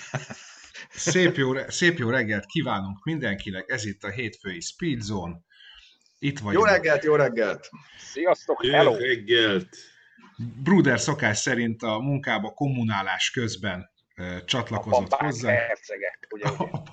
Szép jó reggelt kívánunk mindenkinek, ez itt a hétfői Speed Zone. Itt Jó vagyunk. reggelt, jó reggelt! Sziasztok, Jó hello! reggelt! Bruder szokás szerint a munkába kommunálás közben csatlakozott hozzá. Hercege, ugye?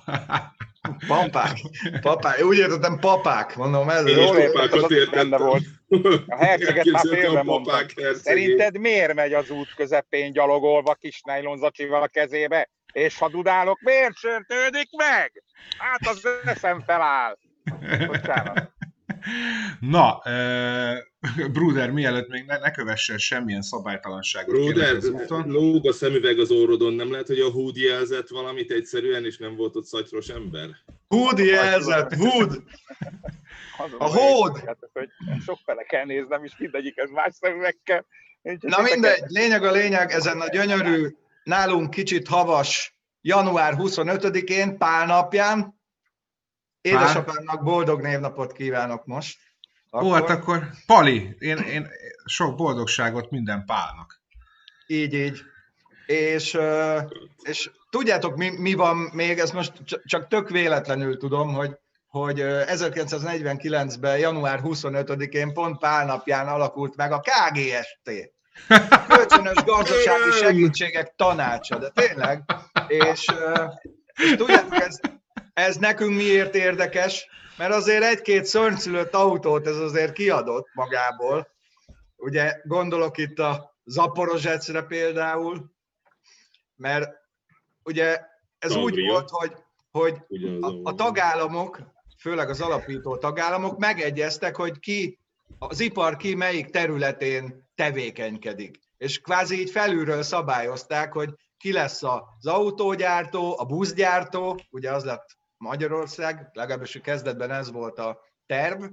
Papák, úgy értettem papák, mondom ez. Én is Jól értem, papákat az értettem. benne volt. A herceget már Elképzeltem félbe a mondtam. papák hercegét. Szerinted miért megy az út közepén gyalogolva kis nejlonzacsival a kezébe? És ha dudálok, miért sértődik meg? Hát az eszem feláll. Bocsánat. Na, Bruder, mielőtt még ne kövessen semmilyen szabálytalanságot Róder, az úton. lóg a szemüveg az orrodon, nem lehet, hogy a Hood jelzett valamit egyszerűen, és nem volt ott szatyros ember? Hood jelzett, Hood! A hód! Hát, hogy sokfele kell néznem, és mindegyik ez más szemüvegkel. Na mindegy, lényeg a lényeg, ezen a gyönyörű, nálunk kicsit havas január 25-én, Pál napján. Édesapámnak boldog névnapot kívánok most. Ó, hát akkor Pali, én sok boldogságot minden Pálnak. Így. És tudjátok, mi van még, ezt most csak tök véletlenül tudom, hogy 1949-ben, január 25-én, pont Pál napján alakult meg a KGST. Kölcsönös gazdasági segítségek tanácsa, de tényleg. És tudjátok, ez nekünk miért érdekes? Mert azért egy-két szörnyszülött autót ez azért kiadott magából. Ugye gondolok itt a Zaporozsecre például, mert ugye ez úgy volt, hogy a tagállamok, főleg az alapító tagállamok megegyeztek, hogy az ipar melyik területén tevékenykedik. És kvázi így felülről szabályozták, hogy ki lesz az autógyártó, a buszgyártó, ugye az lett Magyarország, legalábbis a kezdetben ez volt a terv,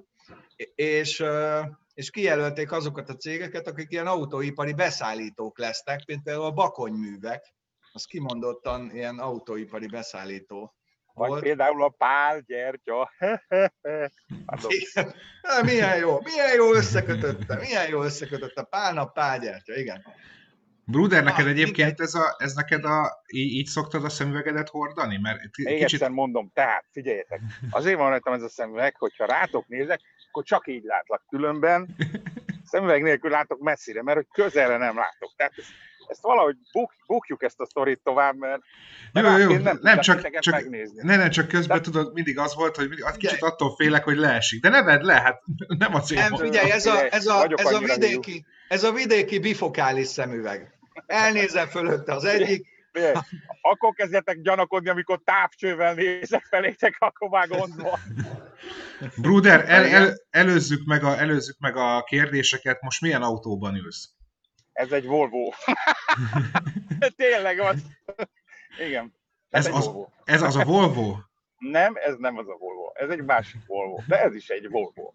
és kijelölték azokat a cégeket, akik ilyen autóipari beszállítók lesznek, mint például a Bakonyművek, az kimondottan ilyen autóipari beszállító vagy volt. például a Pál gyertya. Milyen jó összekötötte, Pálnap, Pál gyertya, igen. Bruder, neked egyébként ez neked így szoktad a szemüvegedet hordani? Mert Még egyszer mondom, tehát figyeljetek, azért van rajtam ez a szemüveg, hogyha rátok nézek, akkor csak így látlak, különben szemüveg nélkül látok messzire, mert hogy közelre nem látok. Tehát ezt valahogy bukjuk ezt a sztorit tovább, mert jó. nem csak megnézni. Csak közben tudod, mindig az volt, hogy kicsit attól félek, hogy leesik. De ne vedd le, hát nem a cél. Nem, figyelj, ez a vidéki bifokális szemüveg. Elnézem fölötte az egyik. Akkor kezdjetek gyanakodni, amikor távcsővel nézek felétek, akkor már gond van. Bruder, előzzük meg a kérdéseket. Most milyen autóban ülsz? Ez egy Volvo. Tényleg az. Igen. Ez az a Volvo? Nem, ez nem az a Volvo. Ez egy másik Volvo. De ez is egy Volvo.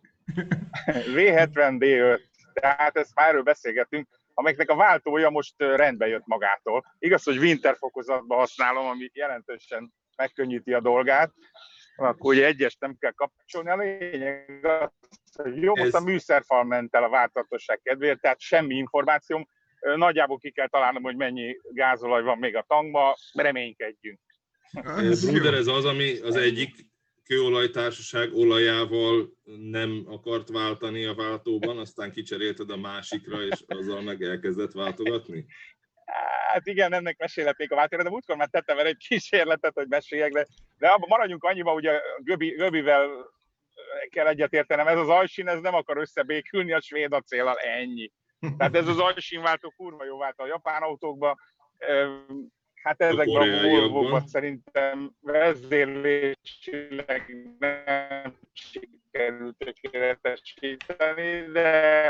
V70 D5. Tehát ezt már erről beszélgetünk, amelyeknek a váltója most rendbe jött magától. Igaz, hogy winter fokozatban használom, ami jelentősen megkönnyíti a dolgát. Akkor ugye egyest nem kell kapcsolni. A lényeg az, hogy jó, most a műszerfal ment el a változatosság kedvéért, tehát semmi információm. Nagyjából ki kell találnom, hogy mennyi gázolaj van még a tankba, reménykedjünk. Bruder, ez az, ami az egyik kőolajtársaság olajával nem akart váltani a váltóban, aztán kicserélted a másikra, és azzal meg elkezdett váltogatni? Hát igen, ennek mesélhetnék a váltóra, de múltkor már tettem el egy kísérletet, hogy meséljek, de abban maradjunk annyiba, ugye Göbivel kell egyetértenem, ez az Alsin, ez nem akar összebékülni a svéd acéllal, ennyi. Tehát ez az Alsin váltó kurva jó váltó a japán autókba, hát ezekben a Volvo-kat szerintem vezérlésileg nem sikerült tökéletesíteni, de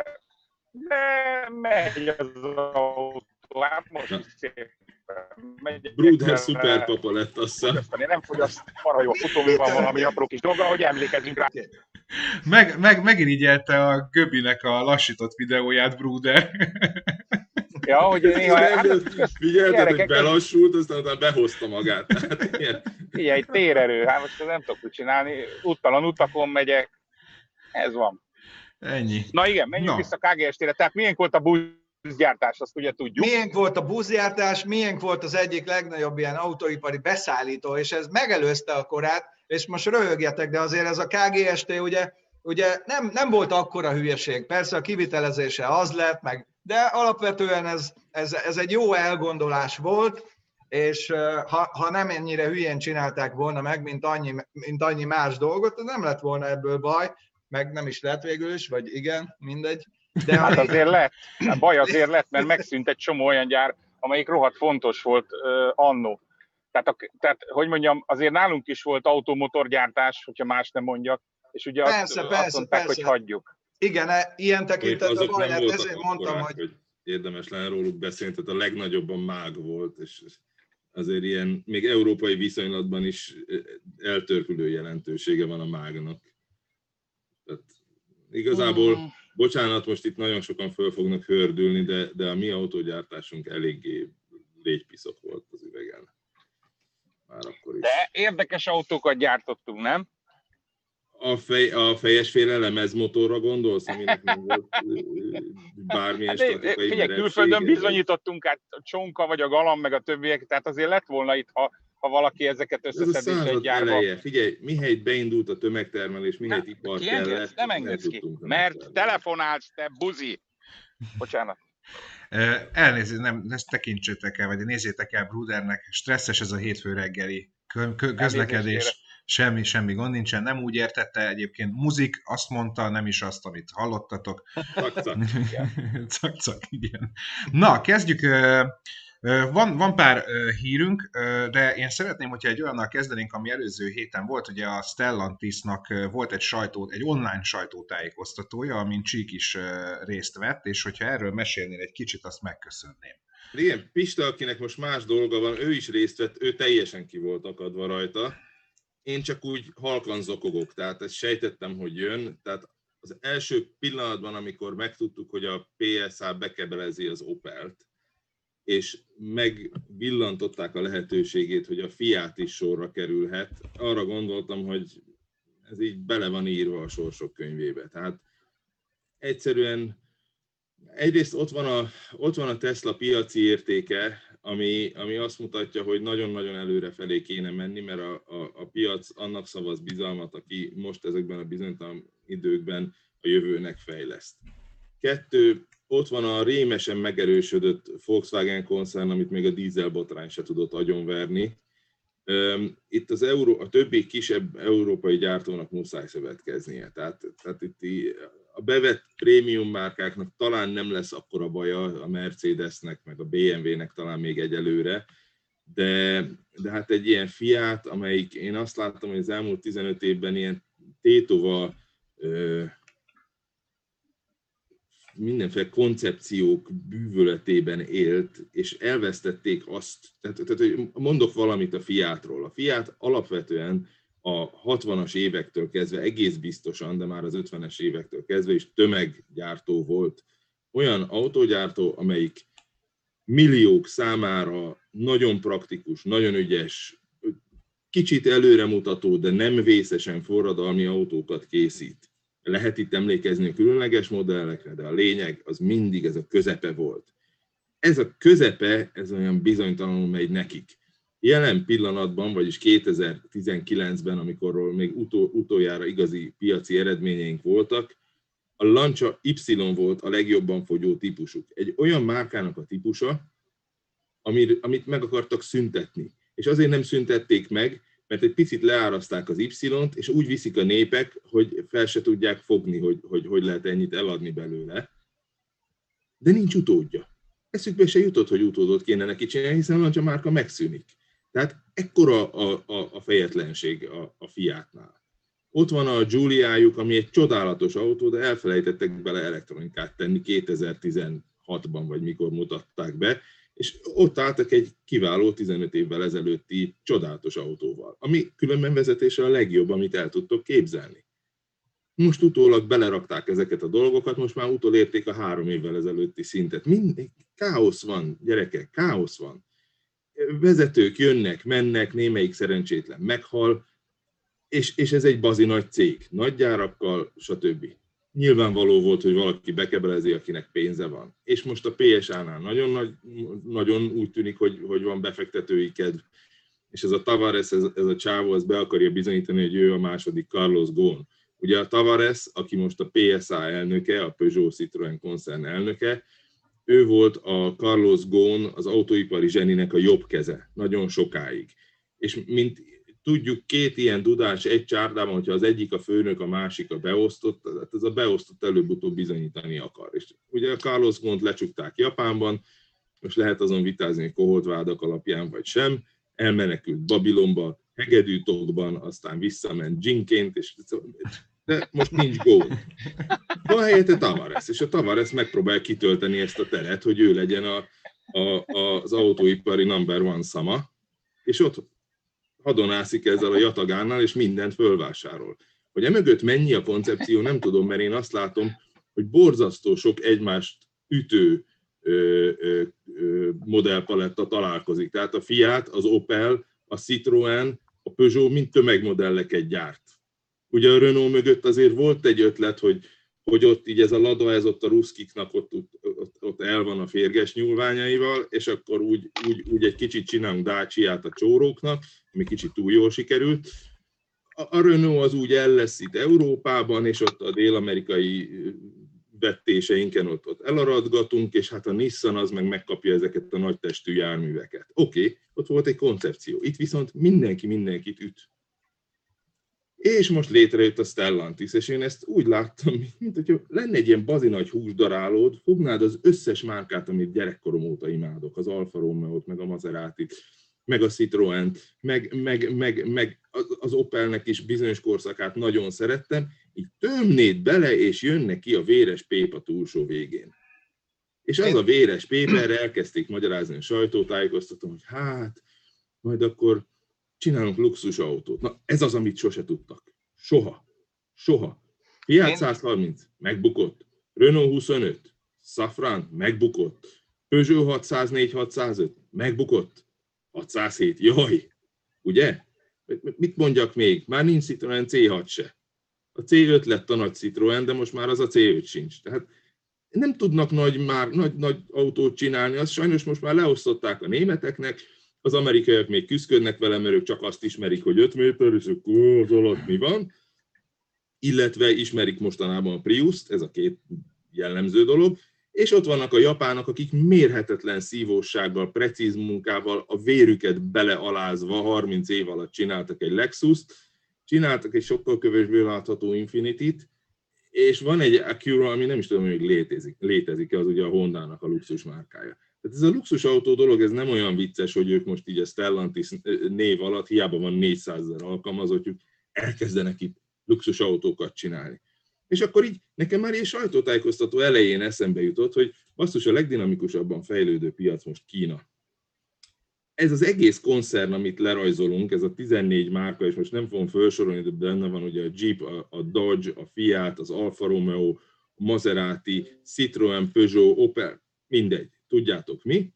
megy az autó. Hát most is szépen megy. Bruder szuperpapa lett, azt hiszem. Én nem fogyaszt, marha jó futóművel valami apró kis dolga, hogy emlékezzünk rá. Megirigyelte a Göbinek a lassított videóját, Bruder. Ja, hogy néha... Figyelted, hogy belassult, aztán behozta magát. Ilyen, egy térerő, hát most nem tudok mit csinálni, úttalan utakon megyek, ez van. Ennyi. Na igen, menjünk vissza KGST-re, tehát milyen volt a buzi buszgyártás, azt ugye tudjuk. Miénk volt a buszgyártás, miénk volt az egyik legnagyobb ilyen autóipari beszállító, és ez megelőzte a korát, és most röhögjetek, de azért ez a KGST ugye nem volt akkora hülyeség. Persze a kivitelezése az lett, de alapvetően ez egy jó elgondolás volt, és ha nem ennyire hülyén csinálták volna meg, mint annyi más dolgot, nem lett volna ebből baj, meg nem is lett végül is, vagy igen, mindegy. De hát azért lett, a baj azért lett, mert megszűnt egy csomó olyan gyár, amelyik rohadt fontos volt annó. Tehát, hogy mondjam, azért nálunk is volt automotorgyártás, hogyha más nem mondjak, és ugye azt mondták, hogy hagyjuk. Igen, ilyen tekintetben baj lett, ezért mondtam, hogy érdemes lenne róluk beszélni, tehát a legnagyobban MÁG volt, és azért ilyen, még európai viszonylatban is eltörpülő jelentősége van a MÁG-nak. Tehát igazából, bocsánat, most itt nagyon sokan föl fognak hördülni, de a mi autógyártásunk eléggé légypiszok volt az üvegen. Már akkor is. De érdekes autókat gyártottunk, nem? A fejesféle lemezmotorra gondolsz, aminek nem volt bármilyen statikai meredsége? Külföldön bizonyítottunk át a Csonka, vagy a Galam, meg a többiek, tehát azért lett volna itt, ha valaki ezeket összeszedés egy gyárba. Eleje. Figyelj, mihelyt beindult a tömegtermelés, mihelyt ipar kellett, nem engedsz ki, mert telefonálsz, te buzi. Bocsánat. Elnézést, nem, ezt tekintsétek el, vagy nézzétek el Brudernek, stresszes ez a hétfő reggeli közlekedés. Semmi gond nincsen, nem úgy értette egyébként, muzik, azt mondta, nem is azt, amit hallottatok. Cak-cak, igen. Na, kezdjük. Van pár hírünk, de én szeretném, hogyha egy olyannal kezdenénk, ami előző héten volt, ugye a Stellantisnak volt egy online sajtótájékoztatója, amin Csík is részt vett, és hogyha erről mesélnél egy kicsit, azt megköszönném. Igen, Pista, akinek most más dolga van, ő is részt vett, ő teljesen ki volt akadva rajta. Én csak úgy halkan zokogok, tehát ezt sejtettem, hogy jön. Tehát az első pillanatban, amikor megtudtuk, hogy a PSA bekebelezi az Opelt, és megvillantották a lehetőségét, hogy a Fiat is sorra kerülhet, arra gondoltam, hogy ez így bele van írva a sorsok könyvébe. Tehát egyszerűen egyrészt ott van a Tesla piaci értéke, ami azt mutatja, hogy nagyon-nagyon előrefelé kéne menni, mert a piac annak szavaz bizalmat, aki most ezekben a bizonytalan időkben a jövőnek fejleszt. 2, ott van a rémesen megerősödött Volkswagen koncern, amit még a dízelbotrány se tudott agyonverni. Itt a többi kisebb európai gyártónak muszáj szövetkeznie. Tehát itt a bevett prémium márkáknak talán nem lesz akkora baja, a Mercedesnek, meg a BMW-nek talán még egyelőre, de hát egy ilyen Fiat, amelyik én azt láttam, hogy az elmúlt 15 évben ilyen tétova mindenféle koncepciók bűvöletében élt, és elvesztették azt, tehát mondok valamit a Fiatról. A Fiat alapvetően a 60-as évektől kezdve egész biztosan, de már az 50-es évektől kezdve is tömeggyártó volt. Olyan autógyártó, amelyik milliók számára nagyon praktikus, nagyon ügyes, kicsit előremutató, de nem vészesen forradalmi autókat készít. Lehet itt emlékezni a különleges modellekre, de a lényeg az mindig ez a közepe volt. Ez a közepe, ez olyan bizonytalanul megy nekik. Jelen pillanatban, vagyis 2019-ben, amikor még utoljára igazi piaci eredményeink voltak, a Lancia Y volt a legjobban fogyó típusuk. Egy olyan márkának a típusa, amit meg akartak szüntetni. És azért nem szüntették meg, mert egy picit leáraszták az Y-t, és úgy viszik a népek, hogy fel se tudják fogni, hogy lehet ennyit eladni belőle. De nincs utódja. Eszükbe se jutott, hogy utódot kéne neki csinálni, hiszen a Lancia márka megszűnik. Tehát ekkora a fejetlenség a Fiatnál. Ott van a Giuliájuk, ami egy csodálatos autó, de elfelejtettek bele elektronikát tenni 2016-ban, vagy mikor mutatták be, és ott álltak egy kiváló 15 évvel ezelőtti csodálatos autóval, ami különben vezetése a legjobb, amit el tudtok képzelni. Most utólag belerakták ezeket a dolgokat, most már utolérték a 3 évvel ezelőtti szintet. Káosz van, gyerekek, káosz van. Vezetők jönnek, mennek, némelyik szerencsétlen meghal, és ez egy bazi nagy cég, nagy gyárakkal, stb. nyilvánvaló volt, hogy valaki bekebelezi, akinek pénze van. És most a PSA-nál nagyon úgy tűnik, hogy van befektetői kedv. És ez a Tavares, ez a csávó, ez be akarja bizonyítani, hogy ő a második Carlos Ghosn. Ugye a Tavares, aki most a PSA elnöke, a Peugeot Citroën koncern elnöke, ő volt a Carlos Ghosn, az autóipari zseninek a jobb keze, nagyon sokáig. És mint tudjuk, két ilyen dudás egy csárdában, hogyha az egyik a főnök, a másik a beosztott, tehát ez a beosztott előbb-utóbb bizonyítani akar. És ugye a Carlos Ghosnt lecsukták Japánban, most lehet azon vitázni, hogy koholt vádak alapján vagy sem, elmenekült Babilonba, hegedűtokban, aztán visszament dzsinként, de most nincs gól. Van helyette Tavares, és a Tavares megpróbál kitölteni ezt a teret, hogy ő legyen az autóipari number one szama, és ott hadonászik ezzel a Jatagánnal, és mindent fölvásárol. Hogy emögött mennyi a koncepció, nem tudom, mert én azt látom, hogy borzasztó sok egymást ütő modellpaletta találkozik. Tehát a Fiat, az Opel, a Citroën, a Peugeot mind tömegmodelleket gyárt. Ugye a Renault mögött azért volt egy ötlet, hogy ott így ez a Lada, ez ott a ruszkiknak ott el van a férges nyúlványaival, és akkor úgy egy kicsit csinálunk Dacia-t a csóróknak, ami kicsit túl jól sikerült. A Renault az úgy el lesz itt Európában, és ott a dél-amerikai vettéseinken ott elaradgatunk, és hát a Nissan az meg megkapja ezeket a nagy testű járműveket. Oké, ott volt egy koncepció. Itt viszont mindenki mindenkit üt. És most létrejött a Stellantis, és én ezt úgy láttam, mint hogyha lenne egy ilyen bazinagy húsdarálód, fognád az összes márkát, amit gyerekkorom óta imádok, az Alfa Romeo-t, meg a Maseratit, meg a Citroënt, meg az Opelnek is bizonyos korszakát nagyon szerettem, így tömnéd bele, és jönne ki a véres pépa túlsó végén. És az a véres pépa, erre elkezdték magyarázni a sajtótájékoztatón, hogy hát, majd akkor csinálunk luxusautót. Na, ez az, amit sose tudtak. Soha. Fiat 130, megbukott. Renault 25, Safran, megbukott. Peugeot 604, 605, megbukott. 607, jaj, ugye? Mit mondjak még? Már nincs Citroën C6 se. A C5 lett a nagy Citroën, de most már az a C5 sincs. Tehát nem tudnak nagy autót csinálni, azt sajnos most már leosztották a németeknek, az amerikaiak még küzdködnek vele, mert ők csak azt ismerik, hogy 5 méter, és akkor az alatt mi van. Illetve ismerik mostanában a Priust, ez a két jellemző dolog. És ott vannak a japánok, akik mérhetetlen szívóssággal, precíz munkával, a vérüket belealázva 30 év alatt csináltak egy Lexust, csináltak egy sokkal kevésbé látható Infinity-t, és van egy Acura, ami nem is tudom, hogy létezik-e, az ugye a Hondának a luxus márkája. Tehát ez a luxusautó dolog, ez nem olyan vicces, hogy ők most így a Stellantis név alatt, hiába van 400 000 alkalmazottjuk, elkezdenek itt luxusautókat csinálni. És akkor így nekem már egy sajtótájékoztató elején eszembe jutott, hogy basszus, a legdinamikusabban fejlődő piac most Kína. Ez az egész koncern, amit lerajzolunk, ez a 14 márka, és most nem fogom felsorolni, de benne van ugye a Jeep, a Dodge, a Fiat, az Alfa Romeo, a Maserati, Citroën, Peugeot, Opel, mindegy, tudjátok mi.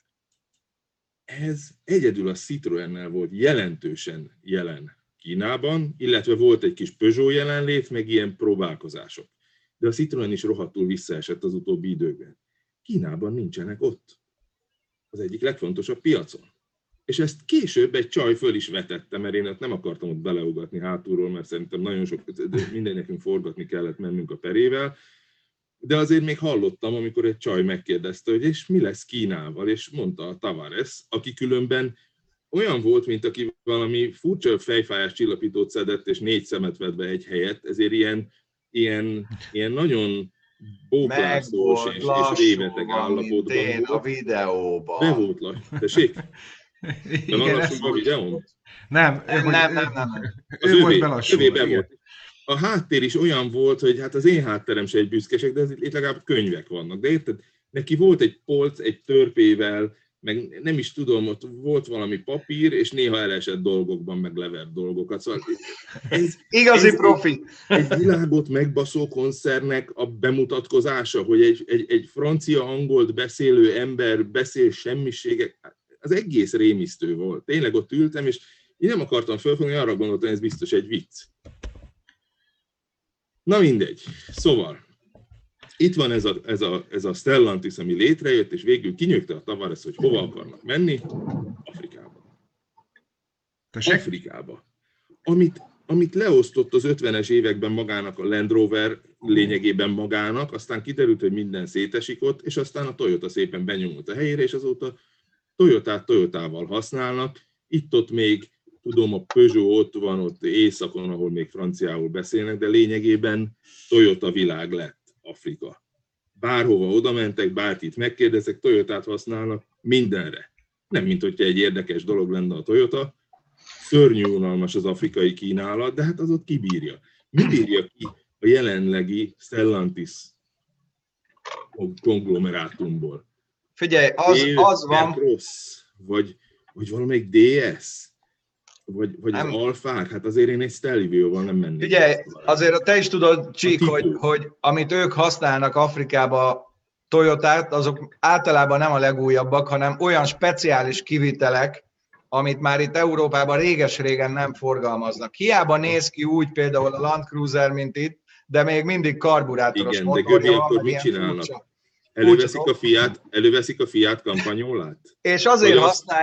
Ez egyedül a Citroënnel volt jelentősen jelen Kínában, illetve volt egy kis Peugeot jelenlét, meg ilyen próbálkozások. De a Citroën is rohadtul visszaesett az utóbbi időkben. Kínában nincsenek ott. Az egyik legfontosabb piacon. És ezt később egy csaj föl is vetette, mert én nem akartam ott beleugatni hátulról, mert szerintem nagyon sok, minden nekünk forgatni kellett mennünk a perével, de azért még hallottam, amikor egy csaj megkérdezte, hogy és mi lesz Kínával, és mondta a Tavares, aki különben olyan volt, mint aki valami furcsa fejfájás csillapítót szedett, és 4 szemet vett be egy helyet, ezért ilyen nagyon bóklászós és réveteg állapotban volt. A videóban. Be volt lassú. Tessék? De van lassú a videón? Nem. Az ő volt belassulva. Volt. A háttér is olyan volt, hogy hát az én hátterem se egy büszkesek, de itt legalább könyvek vannak. De érted? Neki volt egy polc, egy törpével, meg nem is tudom, ott volt valami papír, és néha elesett dolgokban, meg levert dolgokat. Szóval igazi profi. Egy világot megbaszó koncernek a bemutatkozása, hogy egy francia-angolt beszélő ember beszél semmiségek, az egész rémisztő volt. Tényleg ott ültem, és én nem akartam fölfogni, arra gondoltam, hogy ez biztos egy vicc. Na mindegy. Szóval, itt van ez a Stellantis, ami létrejött, és végül kinyögte a Tavares, hogy hova akarnak menni? Afrikába. Tessék? Afrikába. Amit leosztott az 50-es években magának a Land Rover, lényegében magának, aztán kiderült, hogy minden szétesik ott, és aztán a Toyota szépen benyomult a helyére, és azóta Toyotát Toyotával használnak. Itt-ott még, tudom, a Peugeot ott van, ott északon, ahol még franciául beszélnek, de lényegében Toyota világ lett Afrika. Bárhova oda mentek, bárkit megkérdezek, Toyotát használnak mindenre. Nem, mint hogyha egy érdekes dolog lenne a Toyota. Szörnyű unalmas az afrikai kínálat, de hát az ott kibírja. Mi bírja ki a jelenlegi Stellantis konglomerátumból? Figyelj, az van... Cross, vagy valamelyik DS? Vagy az Alfák? Hát azért én egy Stelvio-val nem mennék. Figyelj, azért te is tudod, Csík, hogy amit ők használnak Afrikába Toyotát, azok általában nem a legújabbak, hanem olyan speciális kivitelek, amit már itt Európában réges-régen nem forgalmaznak. Hiába néz ki úgy például a Land Cruiser, mint itt, de még mindig karburátoros. Igen, de Göbi, akkor mit csinálnak? Előveszik a Fiat kampanyolát? És azért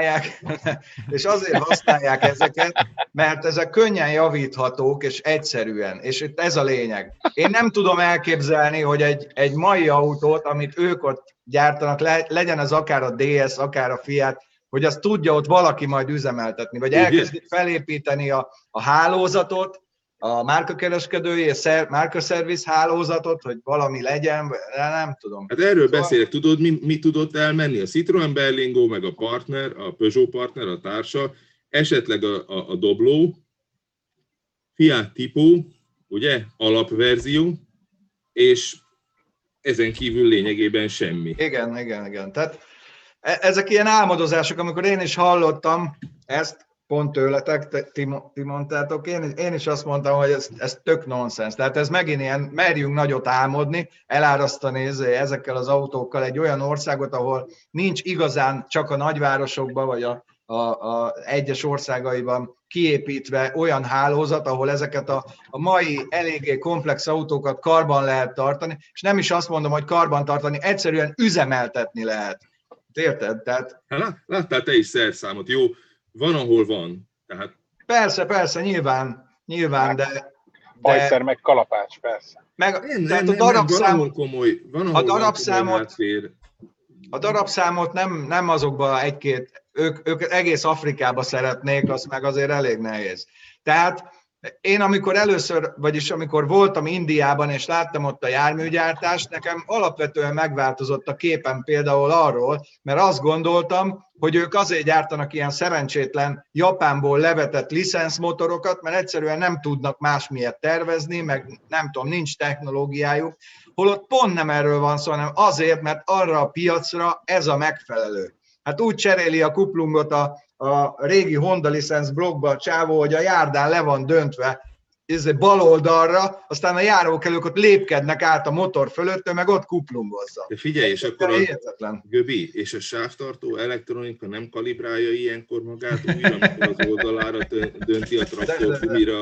használják ezeket, mert ezek könnyen javíthatók, és egyszerűen. És itt ez a lényeg. Én nem tudom elképzelni, hogy egy mai autót, amit ők ott gyártanak, legyen az akár a DS, akár a Fiat, hogy azt tudja ott valaki majd üzemeltetni, vagy elkezdi felépíteni a hálózatot, a márkakereskedői és márkaszerviz hálózatot, hogy valami legyen, nem tudom. Hát erről beszélek, tudod, mi tudott elmenni? A Citroen Berlingo, meg a partner, a Peugeot partner, a társa, esetleg a Dobló, Fiat Tipo, ugye, alapverzió, és ezen kívül lényegében semmi. Igen. Tehát ezek ilyen álmodozások, amikor én is hallottam ezt, pont tőletek, ti mondtátok, én is azt mondtam, hogy ez tök nonsens. Tehát ez megint ilyen, merjünk nagyot álmodni, elárasztani ezekkel az autókkal egy olyan országot, ahol nincs igazán csak a nagyvárosokban, vagy a egyes országaiban kiépítve olyan hálózat, ahol ezeket a mai eléggé komplex autókat karban lehet tartani, és nem is azt mondom, hogy karban tartani, egyszerűen üzemeltetni lehet. Érted? Tehát... Láttál te is szerszámot, jó? Van, ahol van. Tehát... Persze, nyilván, de... Bajszer meg kalapács, persze. Tehát a darabszámot nem azokba egy-két, ők egész Afrikába szeretnék, az meg azért elég nehéz. Tehát én amikor voltam Indiában, és láttam ott a járműgyártást, nekem alapvetően megváltozott a képem például arról, mert azt gondoltam, hogy ők azért gyártanak ilyen szerencsétlen Japánból levetett licenszmotorokat, mert egyszerűen nem tudnak másmilyet tervezni, meg nem tudom, nincs technológiájuk, holott pont nem erről van szó, hanem azért, mert arra a piacra ez a megfelelő. Hát úgy cseréli a kuplungot a régi Honda licensz blokkba a csávó, hogy a járdán le van döntve bal oldalra, aztán a járókelők ott lépkednek át a motor fölött, meg ott kuplungozza. De figyelj, és akkor Göbi, és a sávtartó elektronika nem kalibrálja ilyenkor magát újra, amikor az oldalára dönti a traktorfumira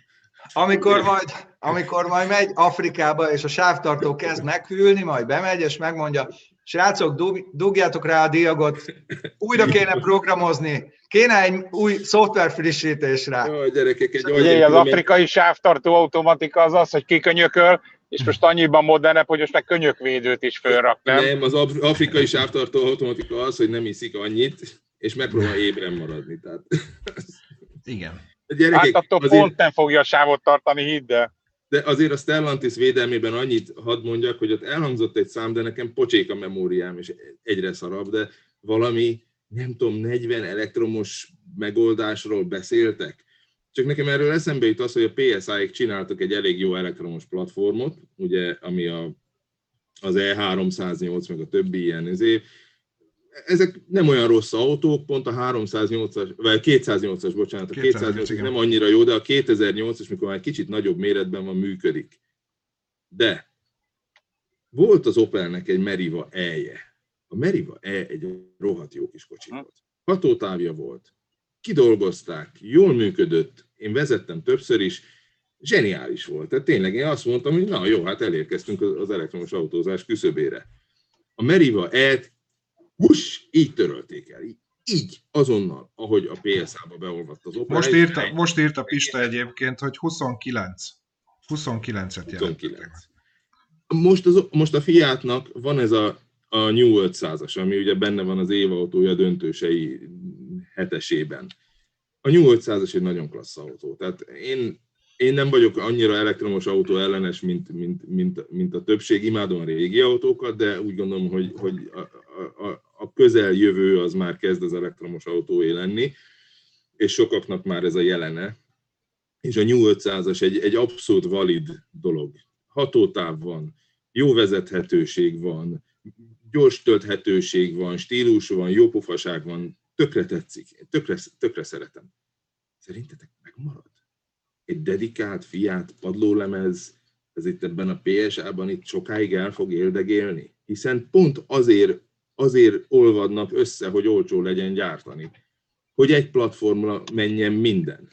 Amikor majd megy Afrikába, és a sávtartó kezd meghűlni, majd bemegy, és megmondja, srácok, dugjátok rá a diagot, újra kéne programozni, kéne egy új szoftver frissítés rá. Jó, gyerekek, az afrikai sávtartó automatika az, hogy kikönyököl, és most annyiban modernebb, hogy most meg könyökvédőt is fölrak, nem? Nem, az afrikai sávtartó automatika az, hogy nem iszik annyit, és megpróbál ébren maradni. Tehát... Igen. Hát attól pont nem fogja a sávot tartani, hidd el. De azért a Stellantis védelmében annyit hadd mondjak, hogy ott elhangzott egy szám, de nekem pocsék a memóriám, és egyre szarabb, de valami, nem tudom, 40 elektromos megoldásról beszéltek. Csak nekem erről eszembe jut az, hogy a PSI-ek csináltak egy elég jó elektromos platformot, ugye, ami az E308, meg a többi ilyen ezek nem olyan rossz autók, pont a 308-as, vagy 208-as, bocsánat, a 208-as nem annyira jó, de a 2008-as, mikor már kicsit nagyobb méretben van, működik. De volt az Opelnek egy Meriva E-je. A Meriva E egy rohadt jó kis kocsi volt. Hatótávja volt. Kidolgozták, jól működött, én vezettem többször is, Zseniális volt. Tehát tényleg én azt mondtam, hogy na jó, hát elérkeztünk az elektromos autózás küszöbére. A Meriva E-t így törölték el. Így, azonnal, ahogy a PSA-ba beolvadt az Opel. Most írta Pista egyébként, hogy 29. 29-et jelentettek. Most a Fiatnak van ez a New 500-as, ami ugye benne van az évautója döntősei hetesében. A New 500-as egy nagyon klassz autó. Tehát én nem vagyok annyira elektromos autó ellenes, mint a többség. Imádom a régi autókat, de úgy gondolom, hogy a közeljövő az már kezd az elektromos autóé lenni, és sokaknak már ez a jelene. És a New 500-as egy abszolút valid dolog. Hatótáv van, jó vezethetőség van, gyors tölthetőség van, stílus van, jó pofaság van, tökre tetszik, tökre szeretem. Szerintetek megmarad? Egy dedikált Fiat padlólemez, ez itt ebben a PSA-ban itt sokáig el fog éldegélni? Hiszen pont azért olvadnak össze, hogy olcsó legyen gyártani. Hogy egy platformra menjen minden.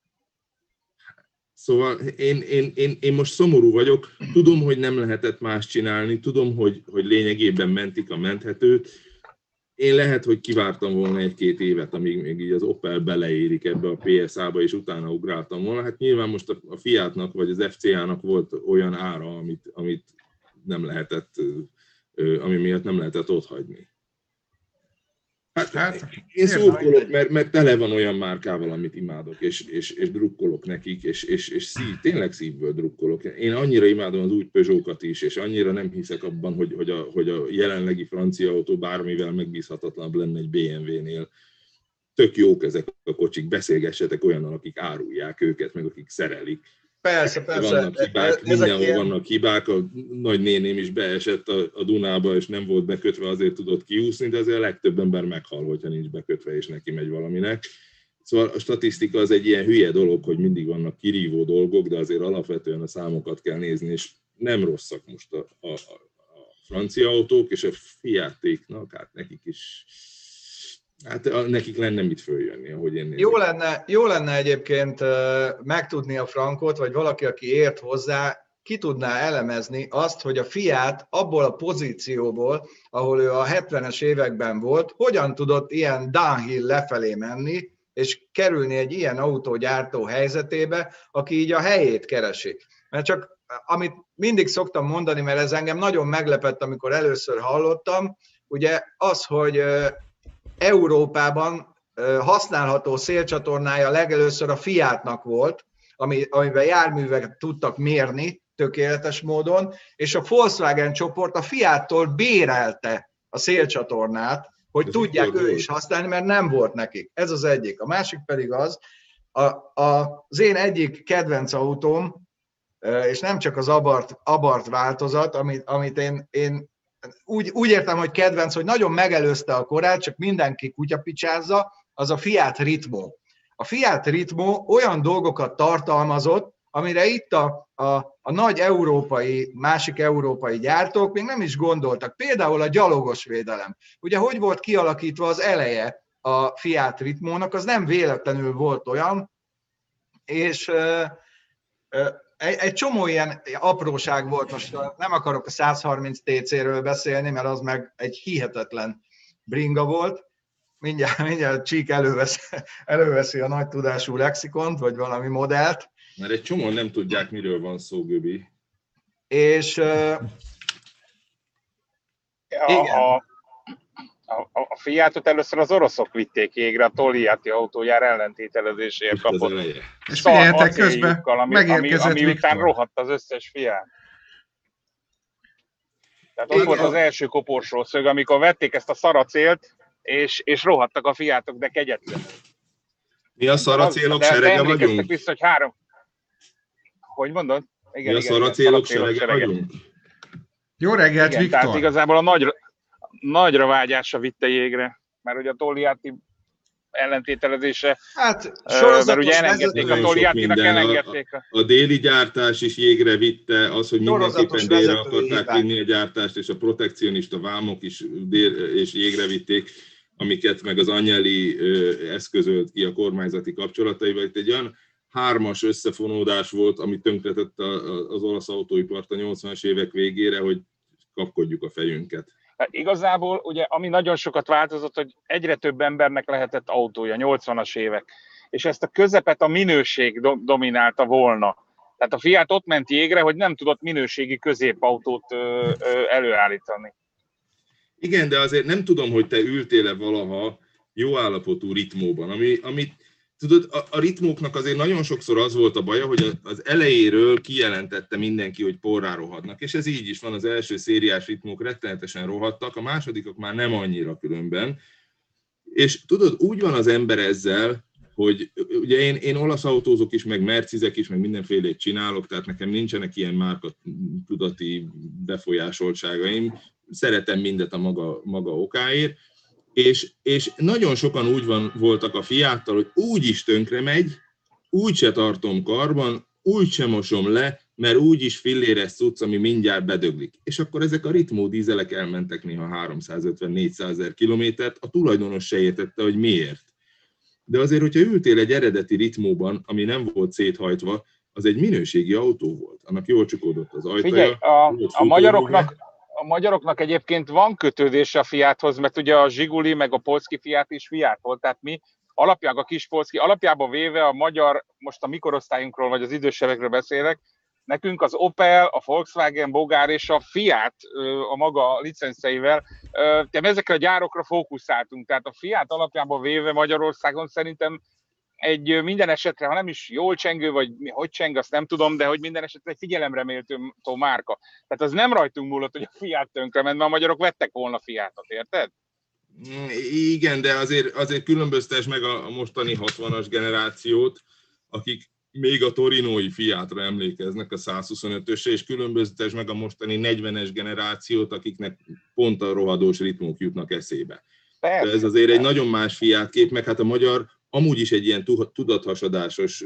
Szóval én most szomorú vagyok, tudom, hogy nem lehetett más csinálni, tudom, hogy lényegében mentik a menthetőt. Én lehet, hogy kivártam volna 1-2 évet, amíg még így az Opel beleérik ebbe a PSA-ba, és utána ugráltam volna. Hát nyilván most a Fiatnak vagy az FCA-nak volt olyan ára, amit nem lehetett, ami miatt nem lehetett otthagyni. Hát én szurkolok, mert tele van olyan márkával, amit imádok, és drukkolok nekik, és tényleg szívből drukkolok. Én annyira imádom az új Peugeot-kat is, és annyira nem hiszek abban, hogy a jelenlegi francia autó bármivel megbízhatatlanabb lenne egy BMW-nél. Tök jók ezek a kocsik, beszélgessetek olyannal, akik árulják őket, meg akik szerelik. Persze. Vannak hibák, mindenhol vannak hibák, a nagynéném is beesett a Dunába, és nem volt bekötve, azért tudott kiúszni, de azért a legtöbb ember meghal, hogyha nincs bekötve, és neki megy valaminek. Szóval a statisztika az egy ilyen hülye dolog, hogy mindig vannak kirívó dolgok, de azért alapvetően a számokat kell nézni, és nem rosszak most a francia autók, és a Fiatéknak, hát nekik is... Hát nekik lenne mit följönni, ahogy én nézem. Jó lenne egyébként megtudni a Frankot, vagy valaki, aki ért hozzá, ki tudná elemezni azt, hogy a Fiat abból a pozícióból, ahol ő a 70-es években volt, hogyan tudott ilyen downhill lefelé menni, és kerülni egy ilyen autógyártó helyzetébe, aki így a helyét keresi. Mert csak amit mindig szoktam mondani, mert ez engem nagyon meglepett, amikor először hallottam, ugye az, hogy Európában használható szélcsatornája legelőször a Fiatnak volt, amiben járműveket tudtak mérni tökéletes módon, és a Volkswagen csoport a Fiattól bérelte a szélcsatornát, hogy tudják ő is használni, mert nem volt nekik. Ez az egyik. A másik pedig az én egyik kedvenc autóm, és nem csak az Abarth változat, amit én úgy értem, hogy kedvenc, hogy nagyon megelőzte a korát, csak mindenki kutyapicsázza, az a Fiat Ritmo. A Fiat Ritmo olyan dolgokat tartalmazott, amire itt a nagy másik európai gyártók még nem is gondoltak. Például a gyalogos védelem. Ugye hogy volt kialakítva az eleje a Fiat Ritmónak, az nem véletlenül volt olyan, és egy csomó ilyen apróság volt, most nem akarok a 130 TC-ről beszélni, mert az meg egy hihetetlen bringa volt. Mindjárt Csík előveszi a nagy tudású lexikont, vagy valami modellt. Mert egy csomó nem tudják, miről van szó, Göbi. És a Fiatot először az oroszok vitték égre, a Togliatti autógyár ellentételezéséért kapott. És figyeljetek, közben megérkezett ami után rohadt az összes Fiat. Tehát ott volt az első koporsószög, amikor vették ezt a szaracélt, és rohadtak a Fiatok, de kegyetlen. Mi a szaracélok serege vagyunk? Vissza, hogy 3. Hogy mondod? Igen, mi a szaracélok serege vagyunk? Jó reggelt, igen, Viktor! Tehát igazából a nagyra vágyásra vitte jégre, mert ugye a Togliatti ellentételezése, mert ugye elengedték a Togliattinak, elengedték a déli gyártás is jégre vitte, az, hogy mindenképpen délre akarták vinni a gyártást, és a protekcionista vámok is és jégre vitték, amiket meg az Agnelli eszközölt ki a kormányzati kapcsolataival. Itt egy olyan hármas összefonódás volt, ami tönkretette az olasz autóipart a 80-as évek végére, hogy kapkodjuk a fejünket. Igazából ugye, ami nagyon sokat változott, hogy egyre több embernek lehetett autója, 80-as évek, és ezt a közepet a minőség dominálta volna. Tehát a Fiat ott ment jégre, hogy nem tudott minőségi középautót előállítani. Igen, de azért nem tudom, hogy te ültél-e valaha jó állapotú ritmóban, amit tudod, a ritmóknak azért nagyon sokszor az volt a baja, hogy az elejéről kijelentette mindenki, hogy porrá rohadnak, és ez így is van, az első szériás ritmók rettenetesen rohadtak, a másodikok már nem annyira különben. És tudod, úgy van az ember ezzel, hogy ugye én olasz autózok is, meg Mercedesek is, meg mindenfélét csinálok, tehát nekem nincsenek ilyen márkatudati befolyásoltságaim, szeretem mindet a maga okáért, és nagyon sokan úgy voltak a Fiattal, hogy úgy is tönkre megy, úgy se tartom karban, úgy sem mosom le, mert úgyis filléres cucc, ami mindjárt bedöglik. És akkor ezek a ritmó dízelek elmentek néha 350-400 000 kilométert, a tulajdonos se értette, hogy miért. De azért, hogyha ültél egy eredeti ritmóban, ami nem volt széthajtva, az egy minőségi autó volt. Annak jól csukódott az ajtaja. Figyelj, a magyaroknak egyébként van kötődése a Fiathoz, mert ugye a Zsiguli meg a Polski Fiat is Fiat volt, tehát mi alapjában a kis Polski, alapjában véve a magyar, most a mikorosztályunkról vagy az idősebbekről beszélek, nekünk az Opel, a Volkswagen, Bogár és a Fiat a maga licenszeivel, ezekre a gyárokra fókuszáltunk, tehát a Fiat alapjában véve Magyarországon szerintem egy minden esetre, ha nem is jól csengő, vagy hogy cseng, azt nem tudom, de hogy minden esetre egy figyelemre méltó márka. Tehát az nem rajtunk múlott, hogy a Fiat tönkrement, mert a magyarok vettek volna Fiatot, érted? Igen, de azért különböztes meg a mostani 60-as generációt, akik még a torinói Fiatra emlékeznek, a 125-ösre, és különböztes meg a mostani 40-es generációt, akiknek pont a rohadós ritmók jutnak eszébe. Persze, ez azért egy nagyon más Fiat kép, meg hát a magyar amúgy is egy ilyen tudathasadásos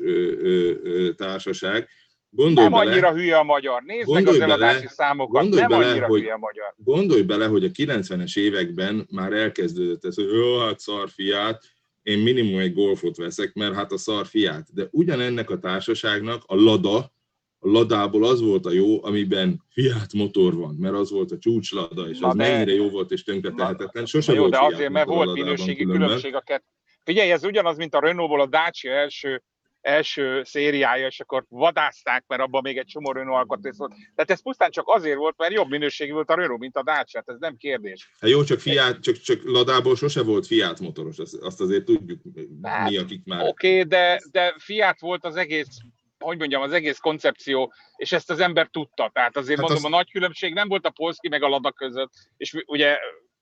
társaság. Nem annyira hülye a magyar. Nézd meg az eladási számokat, nem annyira hülye a magyar. Gondolj bele, hogy a 90-es években már elkezdődött ez, hogy jó, hát szar Fiat, én minimum egy Golfot veszek, mert hát a szar Fiat. De ugyanennek a társaságnak a Ladából az volt a jó, amiben Fiat motor van, mert az volt a csúcslada, és az mennyire jó volt és tönkretehetetlen. Sose jó, volt de Fiat azért, mert volt minőségi különbség a kettő. Figyelj, ez ugyanaz, mint a Renault-ból a Dacia első szériája, és akkor vadázták, mert abban még egy csomó Renault alkatrész volt. Tehát ez pusztán csak azért volt, mert jobb minőségű volt a Renault, mint a Dacia, ez nem kérdés. Hát jó, csak Ladából sose volt Fiat motoros, azt azért tudjuk mi, akik már... Oké, de Fiat volt az egész, hogy mondjam, az egész koncepció, és ezt az ember tudta. Tehát azért mondom, a nagy különbség nem volt a Polski meg a Lada között, és ugye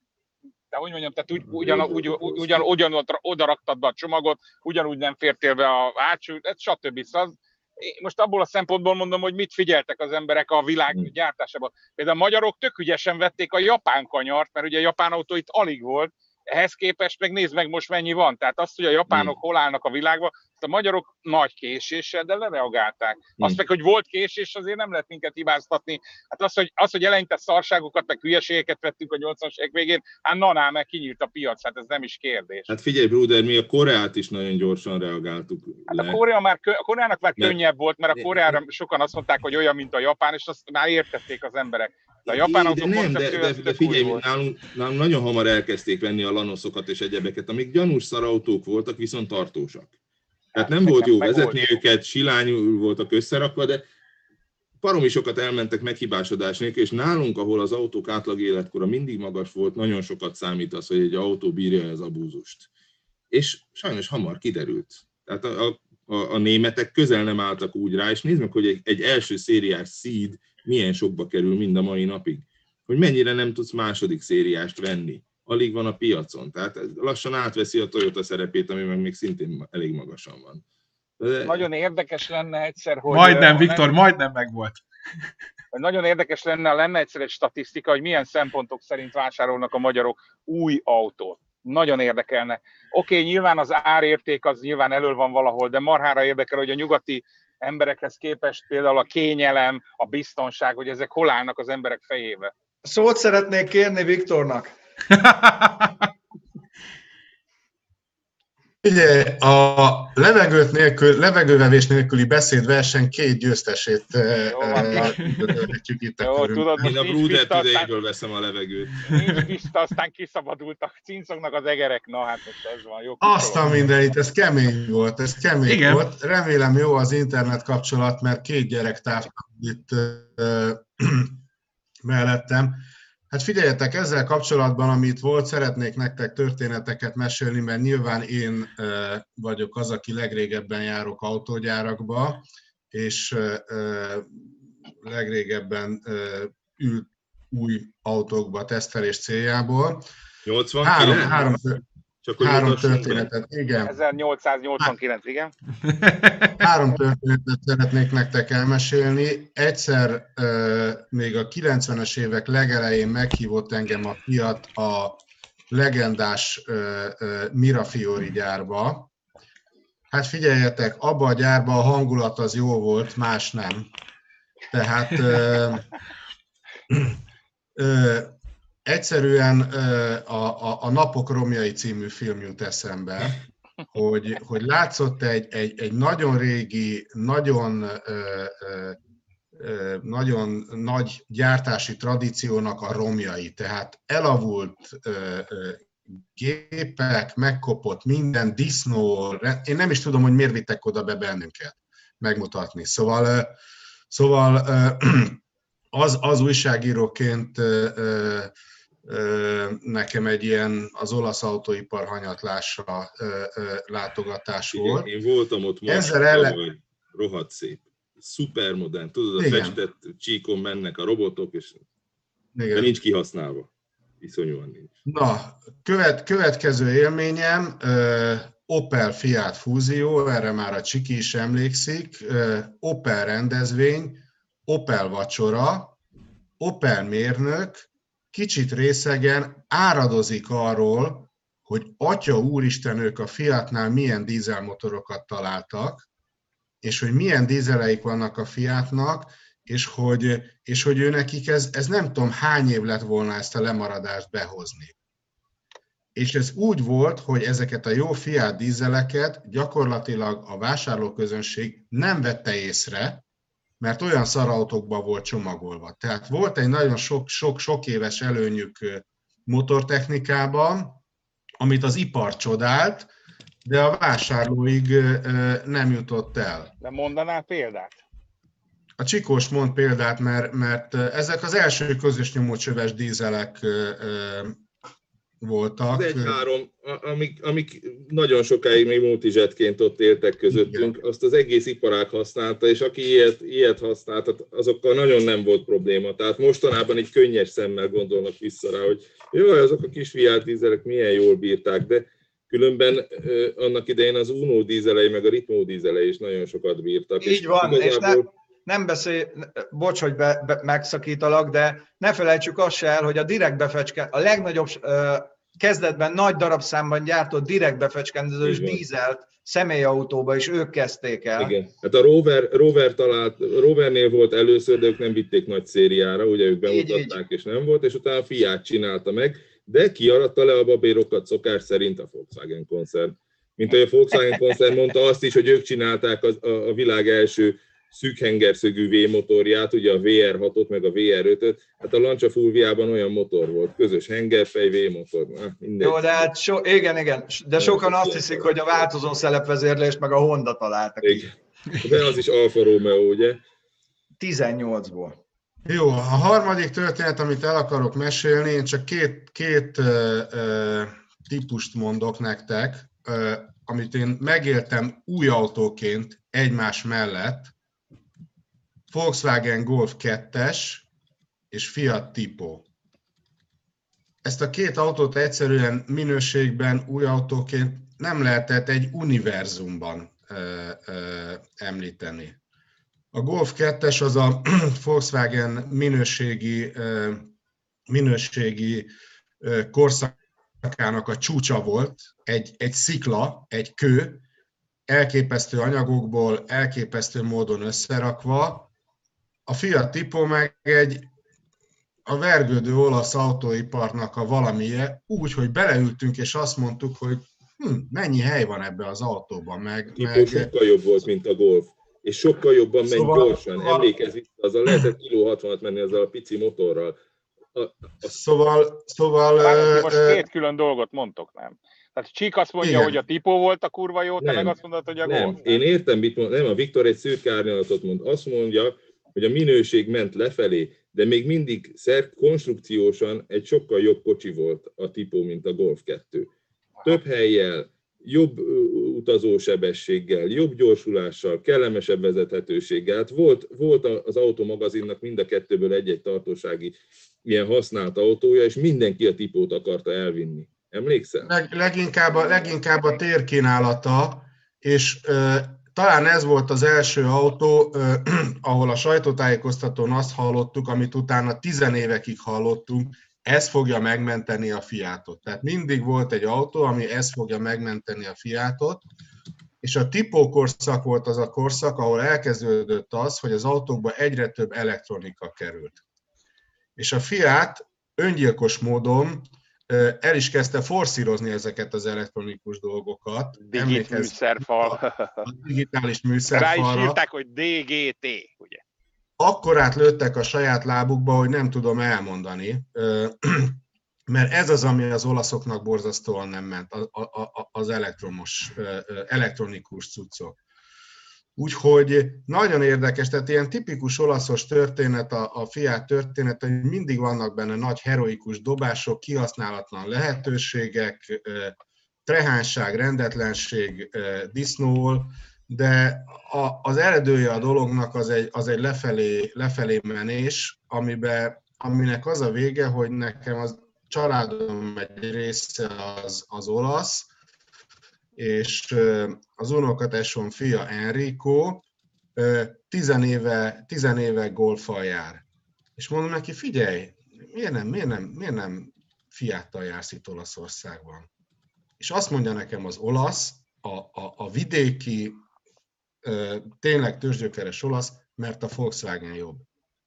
de hogy mondjam, tehát ugyanúgy oda raktad be a csomagot, ugyanúgy nem fértél be a hátsó, stb. Most abból a szempontból mondom, hogy mit figyeltek az emberek a világ gyártásában. Például a magyarok tök ügyesen vették a japán kanyart, mert ugye a japán autó itt alig volt, ehhez képest meg nézd meg most mennyi van. Tehát azt, hogy a japánok hol állnak a világban, azt a magyarok nagy késéssel, de lereagálták. Azt meg, hogy volt késés, azért nem lehet minket hibáztatni. Hát az, hogy eleinte szarságokat, meg hülyeségeket vettünk a 80-as évek végén, hát meg kinyílt a piac, hát ez nem is kérdés. Hát figyelj, Bruder, mi a Koreát is nagyon gyorsan reagáltuk le. Hát a Koreának már könnyebb volt, mert a Koreára sokan azt mondták, hogy olyan, mint a japán, és azt már értették az emberek. De a japán autó de figyelj, nálunk nagyon hamar elkezdték venni a lanoszokat és egyebeket, amik gyanús szarautók voltak, viszont tartósak. Tehát nem volt jó vezetni őket, silányul voltak összerakva, de baromi sokat elmentek meghibásodás nélkül, és nálunk, ahol az autók átlag életkora mindig magas volt, nagyon sokat számít az, hogy egy autó bírja az abúzust. És sajnos hamar kiderült. Tehát a németek közel nem álltak úgy rá, és nézd meg, hogy egy első szériás Seed milyen sokba kerül mind a mai napig. Hogy mennyire nem tudsz második szériást venni. Alig van a piacon. Tehát lassan átveszi a Toyota szerepét, ami meg még szintén elég magasan van. De... Nagyon érdekes lenne egyszer, hogy... Majdnem, Viktor, majdnem megvolt. Nagyon érdekes lenne egyszer egy statisztika, hogy milyen szempontok szerint vásárolnak a magyarok új autót. Nagyon érdekelne. Oké, nyilván az árérték az nyilván elől van valahol, de marhára érdekel, hogy a nyugati emberekhez képest például a kényelem, a biztonság, hogy ezek hol állnak az emberek fejébe. Szót szeretnék kérni Viktornak. Ugye, a levegővevés nélküli beszédverseny 2 győztesét üdvözölhetjük itt a Jó, körünkben. tudod, most Én a nincs Bruder pista, aztán, tüdejéből veszem a levegőt. nincs pista, aztán kiszabadultak, cincognak az egerek. Na hát most ez van, jó. Azt a mindenit, ez kemény Igen. volt. Remélem jó az internet kapcsolat, mert 2 gyerek távol itt mellettem. Hát figyeljetek, ezzel kapcsolatban, amit volt, szeretnék nektek történeteket mesélni, mert nyilván én vagyok az, aki legrégebben járok autógyárakba, és legrégebben ült új autókba tesztelés céljából. 89? Csak hogy Három mutassunk be. történetet, igen. 1889, igen. 3 történetet szeretnék nektek elmesélni. Egyszer még a 90-es évek legelején meghívott engem a Fiat a legendás Mirafiori gyárba. Hát figyeljetek, abba a gyárba a hangulat az jó volt, más nem. Tehát egyszerűen a Napok romjai című film jut eszembe, hogy látszott egy nagyon régi, nagyon nagy gyártási tradíciónak a romjai. Tehát elavult gépek, megkopott minden, disznó, én nem is tudom, hogy miért vittek oda be bennünket megmutatni. Szóval az újságíróként nekem egy ilyen az olasz autóipar hanyatlásra látogatás volt. Igen, én voltam ott most, tavaly, rohadt szép. Szupermodern, tudod, a festett csíkon mennek a robotok, és de nincs kihasználva. Iszonyúan nincs. Na, következő élményem, Opel Fiat fúzió, erre már a Csiki is emlékszik, Opel rendezvény, Opel vacsora, Opel mérnök, kicsit részegen áradozik arról, hogy atya úristen, ők a Fiatnál milyen dízelmotorokat találtak, és hogy milyen dízeleik vannak a Fiatnak, és hogy ő nekik ez nem tudom hány év lett volna ezt a lemaradást behozni. És ez úgy volt, hogy ezeket a jó Fiat dízeleket gyakorlatilag a vásárlóközönség nem vette észre, mert olyan szarautókban volt csomagolva. Tehát volt egy nagyon sok éves előnyük motortechnikában, amit az ipar csodált, de a vásárlóig nem jutott el. De mondanál példát? A Csikós mond példát, mert ezek az első közös nyomócsöves dízelek voltak. Az 1-3, amik nagyon sokáig még multizsetként ott éltek közöttünk, azt az egész iparág használta, és aki ilyet használta, azokkal nagyon nem volt probléma. Tehát mostanában egy könnyes szemmel gondolnak vissza rá, hogy jaj, azok a kis Fiat dízelek milyen jól bírták, de különben annak idején az Uno dízelei, meg a Ritmo dízelei is nagyon sokat bírtak. Így van, igazából... és nem beszél, bocs, hogy megszakítalak, de ne felejtsük azt se el, hogy a direkt a legnagyobb kezdetben nagy darabszámban gyártott direkt befecskendezős dízelt személyautóba is ők kezdték el. Igen, hát a Rovernél volt először, de ők nem vitték nagy szériára, ugye ők bemutatták és nem volt, és utána a Fiat csinálta meg, de kiaratta le a babérokat szokás szerint a Volkswagen koncern. Mint ahogy a Volkswagen koncern mondta azt is, hogy ők csinálták a világ első szűkhengerszögű V-motorját, ugye a VR6-ot, meg a VR5-öt, hát a Lancia Fulviában olyan motor volt, közös hengerfej, V-motor. Jó, de hát igen, de sokan azt hiszik, hogy a változó szelepvezérlést meg a Honda találtak ki. De az is Alfa Romeo, ugye? 18-ból. Jó, a harmadik történet, amit el akarok mesélni, én csak két típust mondok nektek, amit én megéltem új autóként egymás mellett, Volkswagen Golf 2-es és Fiat Tipo. Ezt a két autót egyszerűen minőségben új autóként nem lehetett egy univerzumban említeni. A Golf 2-es az a Volkswagen minőségi korszakának a csúcsa volt, egy szikla, egy kő, elképesztő anyagokból, elképesztő módon összerakva. A Fiat Tipo meg a vergődő olasz autóiparnak a valamije, úgy, hogy beleültünk és azt mondtuk, hogy mennyi hely van ebbe az autóban, Tipo sokkal jobb volt, mint a Golf. És sokkal jobban megy gyorsan. Emlékezz vissza, azzal lehetett kiló 60-at menni azzal a pici motorral. Szóval most két külön dolgot mondtok, nem? Tehát Csík azt mondja, igen, hogy a Tipo volt a kurva jó, te meg azt mondod, hogy a Golf. Nem, én értem, mit mond. Nem, a Viktor egy szürke árnyalatot mond. Azt mondja, hogy a minőség ment lefelé, de még mindig konstrukciósan egy sokkal jobb kocsi volt a Tipo, mint a Golf 2. Több hellyel, jobb utazósebességgel, jobb gyorsulással, kellemesebb vezethetőséggel. Hát volt az automagazinnak mind a kettőből egy-egy tartósági ilyen használt autója, és mindenki a Tipót akarta elvinni. Emlékszel? Leginkább a térkínálata, és talán ez volt az első autó, ahol a sajtótájékoztatón azt hallottuk, amit utána 10 évekig hallottunk, ez fogja megmenteni a Fiatot. Tehát mindig volt egy autó, ami ez fogja megmenteni a Fiatot, és a Tipo korszak volt az a korszak, ahol elkezdődött az, hogy az autókba egyre több elektronika került. És a Fiat öngyilkos módon el is kezdte forszírozni ezeket az elektronikus dolgokat. Digitális műszerfalra. Rá is írták, hogy DGT, ugye? Akkor átlőttek a saját lábukba, hogy nem tudom elmondani, mert ez az, ami az olaszoknak borzasztóan nem ment, az elektronikus cuccok. Úgyhogy nagyon érdekes, tehát ilyen tipikus olaszos történet, a Fiat történet, hogy mindig vannak benne nagy heroikus dobások, kihasználatlan lehetőségek, trehányság, rendetlenség disznóol, de az eredője a dolognak az egy lefelé menés, aminek az a vége, hogy nekem a családom egy része az olasz, és az unokatesom fia Enrico 10 éve Golffal jár. És mondom neki, figyelj, miért nem Fiattal jársz itt Olaszországban? És azt mondja nekem az olasz, a vidéki, tényleg tőzsgyökeres olasz, mert a Volkswagen jobb.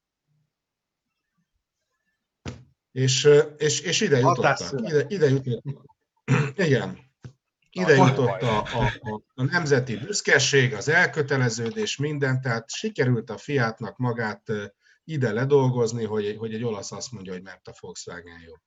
És ide jutottak. Ide jutottak. Igen. Ide jutott a nemzeti büszkeség, az elköteleződés, minden, tehát sikerült a Fiatnak magát ide ledolgozni, hogy egy olasz azt mondja, hogy mert a Volkswagen jobb.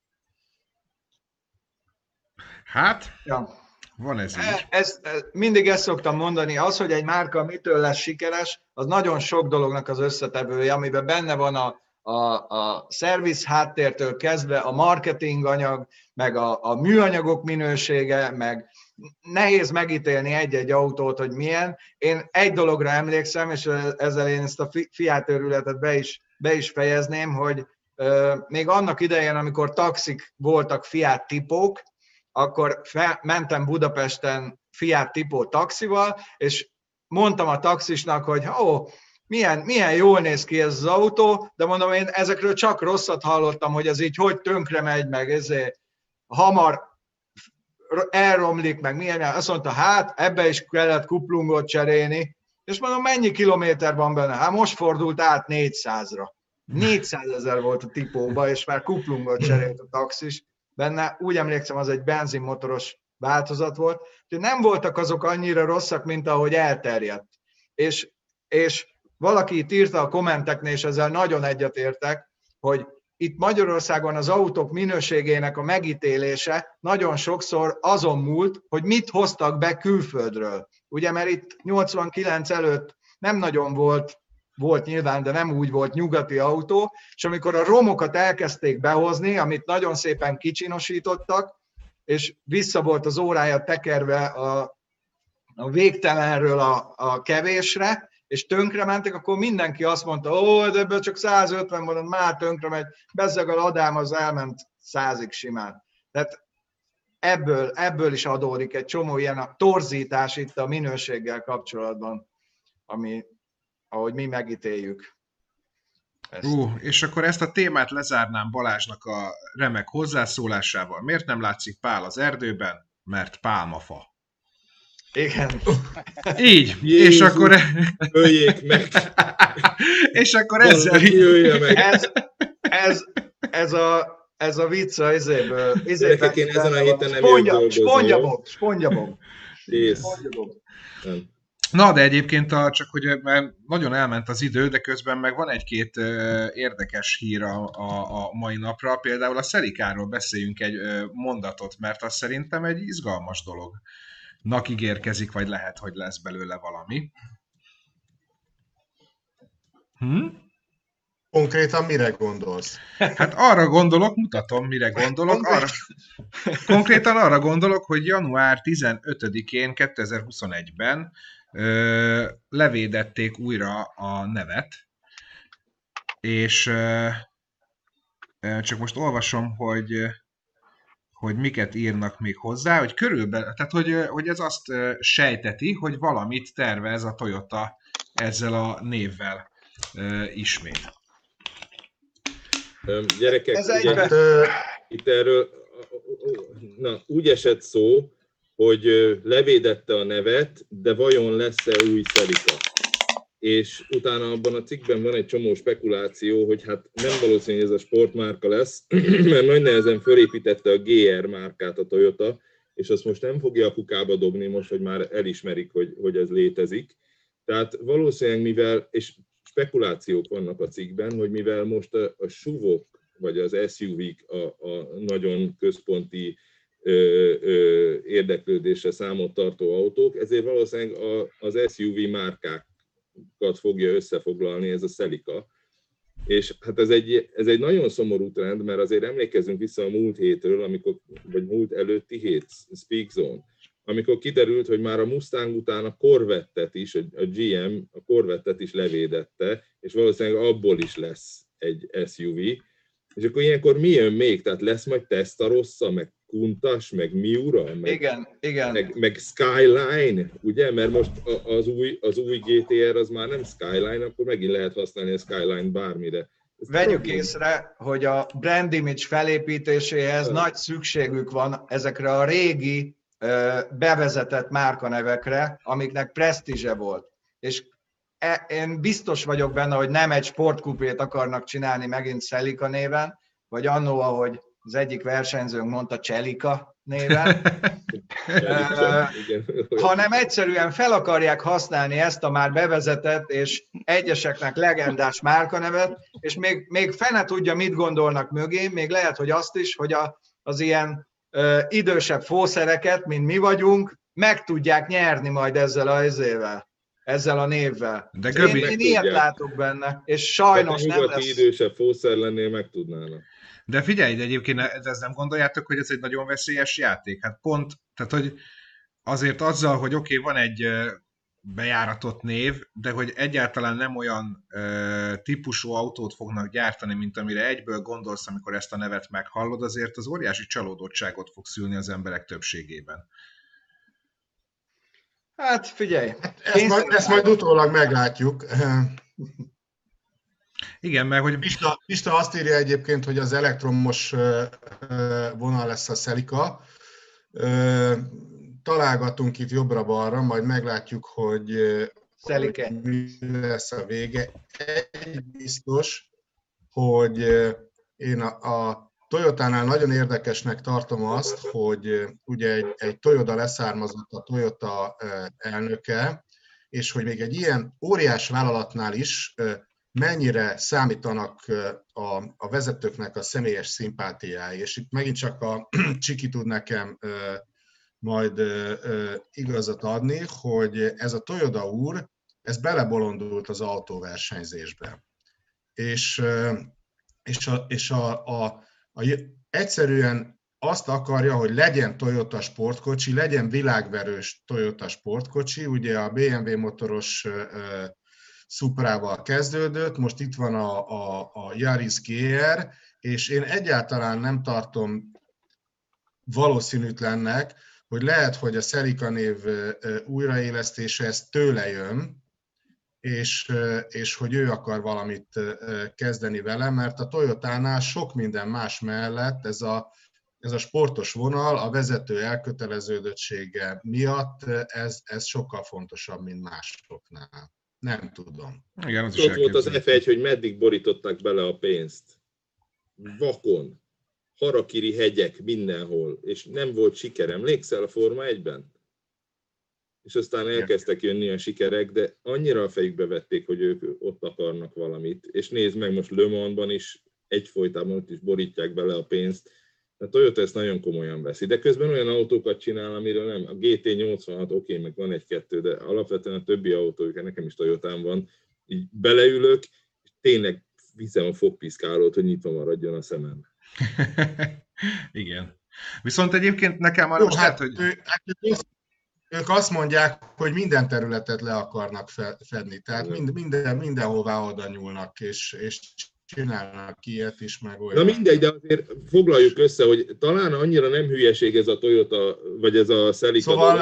Hát, ja. Van ez így. Mindig ezt szoktam mondani, az, hogy egy márka mitől lesz sikeres, az nagyon sok dolognak az összetevője, amiben benne van a szerviz háttértől kezdve a marketing anyag, meg a műanyagok minősége, meg nehéz megítélni egy-egy autót, hogy milyen. Én egy dologra emlékszem, és ezzel én ezt a Fiat őrületet be is fejezném, hogy még annak idején, amikor taxik voltak Fiat Tipók, akkor mentem Budapesten Fiat Tipo taxival, és mondtam a taxisnak, hogy milyen jól néz ki ez az autó, de mondom, én ezekről csak rosszat hallottam, hogy ez így hogy tönkre megy, meg ezért hamar elromlik, meg milyen. Azt mondta, hát ebbe is kellett kuplungot cserélni, és mondom, mennyi kilométer van benne? Hát most fordult át 400-ra. 400 000 volt a Tipóba, és már kuplungot cserélt a taxis benne. Úgy emlékszem, az egy benzinmotoros változat volt. Úgyhogy nem voltak azok annyira rosszak, mint ahogy elterjedt. És valaki itt írta a kommenteknél, és ezzel nagyon egyetértek, hogy itt Magyarországon az autók minőségének a megítélése nagyon sokszor azon múlt, hogy mit hoztak be külföldről. Ugye, mert itt 89 előtt nem nagyon volt nyilván, de nem úgy volt nyugati autó, és amikor a romokat elkezdték behozni, amit nagyon szépen kicsinosítottak, és vissza volt az órája tekerve a végtelenről a kevésre, és tönkrementek, akkor mindenki azt mondta, de ebből csak 150 van, már tönkre megy, bezzeg a ladám, az elment 100-ig simán. Tehát ebből is adódik egy csomó ilyen a torzítás itt a minőséggel kapcsolatban, ahogy mi megítéljük. És akkor ezt a témát lezárnám Balázsnak a remek hozzászólásával. Miért nem látszik pál az erdőben? Mert pálmafa. Igen. Így. Jézus, és akkor... öljék meg. És akkor ezzel... Jöjjön meg. ez a vicc a izéből. Gyerekek, én ezen a héten nem jövök dolgozni, jó? Spongyabom. Kész. Nem. Na, de egyébként csak hogy mert nagyon elment az idő, de közben meg van egy-két érdekes hír a mai napra. Például a Szelikáról beszéljünk egy mondatot, mert az szerintem egy izgalmas dolognak ígérkezik, vagy lehet, hogy lesz belőle valami. Konkrétan mire gondolsz? Hát arra gondolok, mutatom, mire gondolok. Konkrétan arra gondolok, hogy január 15-én 2021-ben levédették újra a nevet, és csak most olvasom, hogy miket írnak még hozzá, hogy körülbelül, tehát hogy ez azt sejteti, hogy valamit tervez a Toyota ezzel a névvel ismét. Gyerekek, itt erről úgy esett szó, hogy levédette a nevet, de vajon lesz-e új Celica? És utána abban a cikkben van egy csomó spekuláció, hogy hát nem valószínű, hogy ez a sportmárka lesz, mert nagy nehezen fölépítette a GR márkát a Toyota, és azt most nem fogja a kukába dobni, most, hogy már elismerik, hogy ez létezik. Tehát valószínűleg mivel, és spekulációk vannak a cikkben, hogy mivel most a SUV-ok, vagy az SUV-k a nagyon központi érdeklődésre számot tartó autók, ezért valószínűleg az SUV márkákat fogja összefoglalni ez a Celica. És hát ez egy nagyon szomorú trend, mert azért emlékezzünk vissza a múlt hétről, vagy múlt előtti hét, Speak Zone, amikor kiderült, hogy már a Mustang után a Corvette-et is, a GM a Corvette-et is levédette, és valószínűleg abból is lesz egy SUV. És akkor ilyenkor mi jön még? Tehát lesz majd Testarossa, meg Countach, meg Miura, meg Skyline, ugye? Mert most az új GTR az már nem Skyline, akkor megint lehet használni a Skyline bármire. Vegyük észre, hogy a brand image felépítéséhez nagy szükségük van ezekre a régi bevezetett márkanevekre, amiknek presztízse volt. És én biztos vagyok benne, hogy nem egy sportkupét akarnak csinálni megint Celica néven, vagy annó, ahogy az egyik versenyzőnk mondta, Celica néven, hanem egyszerűen fel akarják használni ezt a már bevezetett és egyeseknek legendás márkanevet, és még fene tudja, mit gondolnak mögé, még lehet, hogy azt is, hogy az ilyen idősebb fószereket, mint mi vagyunk, meg tudják nyerni majd ezzel a névvel. De én ilyet látok benne, és sajnos nem lesz. Idősebb fószer lennél, meg tudnának. De figyelj, egyébként ezt nem gondoljátok, hogy ez egy nagyon veszélyes játék? Hát pont, tehát hogy azért azzal, hogy oké, van egy bejáratott név, de hogy egyáltalán nem olyan típusú autót fognak gyártani, mint amire egyből gondolsz, amikor ezt a nevet meghallod, azért az óriási csalódottságot fog szülni az emberek többségében. Hát figyelj. Ezt majd utólag meglátjuk. Igen, mert hogy... Pista azt írja egyébként, hogy az elektromos vonal lesz a Celica. Találgatunk itt jobbra-balra, majd meglátjuk, hogy mi lesz a vége. Egy biztos, hogy én a Toyotánál nagyon érdekesnek tartom azt, hogy ugye egy Toyota leszármazott a Toyota elnöke, és hogy még egy ilyen óriás vállalatnál is mennyire számítanak a vezetőknek a személyes szimpátiái. És itt megint csak a Csiki tud nekem majd igazat adni, hogy ez a Toyota úr, ez belebolondult az autóversenyzésbe. És egyszerűen azt akarja, hogy legyen Toyota sportkocsi, legyen világverős Toyota sportkocsi, ugye a BMW motoros Suprával kezdődött, most itt van a Yaris GR, és én egyáltalán nem tartom valószínűtlennek, hogy lehet, hogy a Celica név újraélesztése ez tőle jön, és hogy ő akar valamit kezdeni vele, mert a Toyotánál sok minden más mellett ez a sportos vonal, a vezető elköteleződöttsége miatt ez sokkal fontosabb, mint másoknál. Nem tudom. Igen, az ott volt az F1, hogy meddig borították bele a pénzt. Vakon. harakiri hegyek mindenhol, és nem volt siker. Emlékszel a Forma 1-ben? És aztán elkezdtek jönni a sikerek, de annyira a fejükbe vették, hogy ők ott akarnak valamit. És nézd meg, most Le Mansban is egyfolytában ott is borítják bele a pénzt. A Toyota ezt nagyon komolyan veszi. De közben olyan autókat csinál, amiről nem. A GT86, oké, meg van egy-kettő, de alapvetően a többi autójuk, nekem is Toyotám van, így beleülök, és tényleg viszem a fogpiszkálót, hogy nyitva maradjon a szemem. Igen. Viszont egyébként nekem már Jó, most hát, hogy... ők azt mondják, hogy minden területet le akarnak fedni, tehát mindenhová oda nyúlnak, és csinálnak ilyet is, meg olyan. Na mindegy, de azért foglaljuk össze, hogy talán annyira nem hülyeség ez a Toyota, vagy ez a Celica Szóval...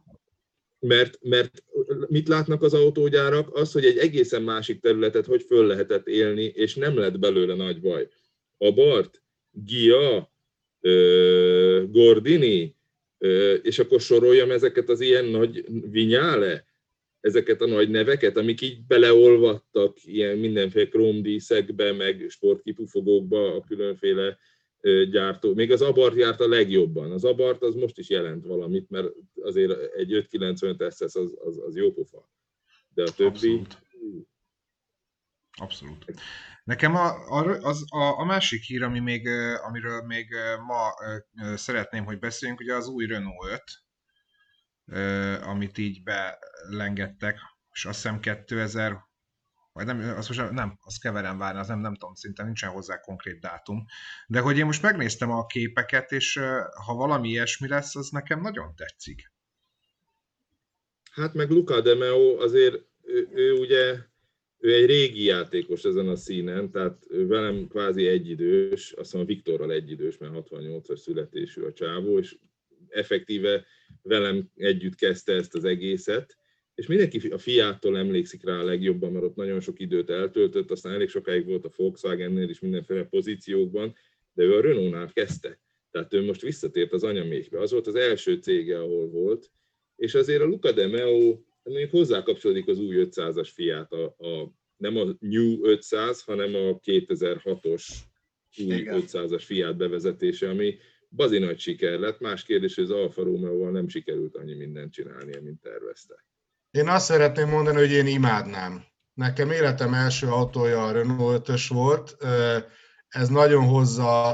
Mert mit látnak az autógyárak? Az, hogy egy egészen másik területet hogy föl lehetett élni, és nem lett belőle nagy baj. A Bart, Gia, Gordini, és akkor soroljam ezeket az ilyen nagy Vignale, ezeket a nagy neveket, amik így beleolvadtak ilyen mindenféle krómdíszekbe, meg sportkipufogókba a különféle gyártó. Még az Abarth járt a legjobban. Az Abarth az most is jelent valamit, mert azért egy 595 SS az jó pofa. De a többi... Abszolút. Nekem a másik hír, amiről még ma szeretném, hogy beszéljünk, ugye az új Renault 5, amit így belengettek, és azt hiszem 2000, vagy nem, azt keverem várni, az nem tudom, szinte nincsen hozzá konkrét dátum, de hogy én most megnéztem a képeket, és ha valami ilyesmi lesz, az nekem nagyon tetszik. Hát meg Luca De Meo azért, ő ugye, ő egy régi játékos ezen a színen, tehát velem kvázi egyidős, azt mondom Viktorral egyidős, mert 68-as születésű a csávó, és effektíve velem együtt kezdte ezt az egészet, és mindenki a Fiattól emlékszik rá a legjobban, mert ott nagyon sok időt eltöltött, aztán elég sokáig volt a Volkswagennél is mindenféle pozíciókban, de ő a Renault-nál kezdte. Tehát ő most visszatért az anyamékbe. Az volt az első cége, ahol volt, és azért a Luca De Meo még hozzá kapcsolódik az új 500-as Fiat, nem a New 500, hanem a 2006-os új 500-as Fiat bevezetése, ami bazi nagy siker lett. Más kérdés, hogy az Alfa Romeo-val nem sikerült annyi mindent csinálnia, mint tervezte. Én azt szeretném mondani, hogy én imádnám. Nekem életem első autója a Renault 5-ös volt. Ez nagyon hozza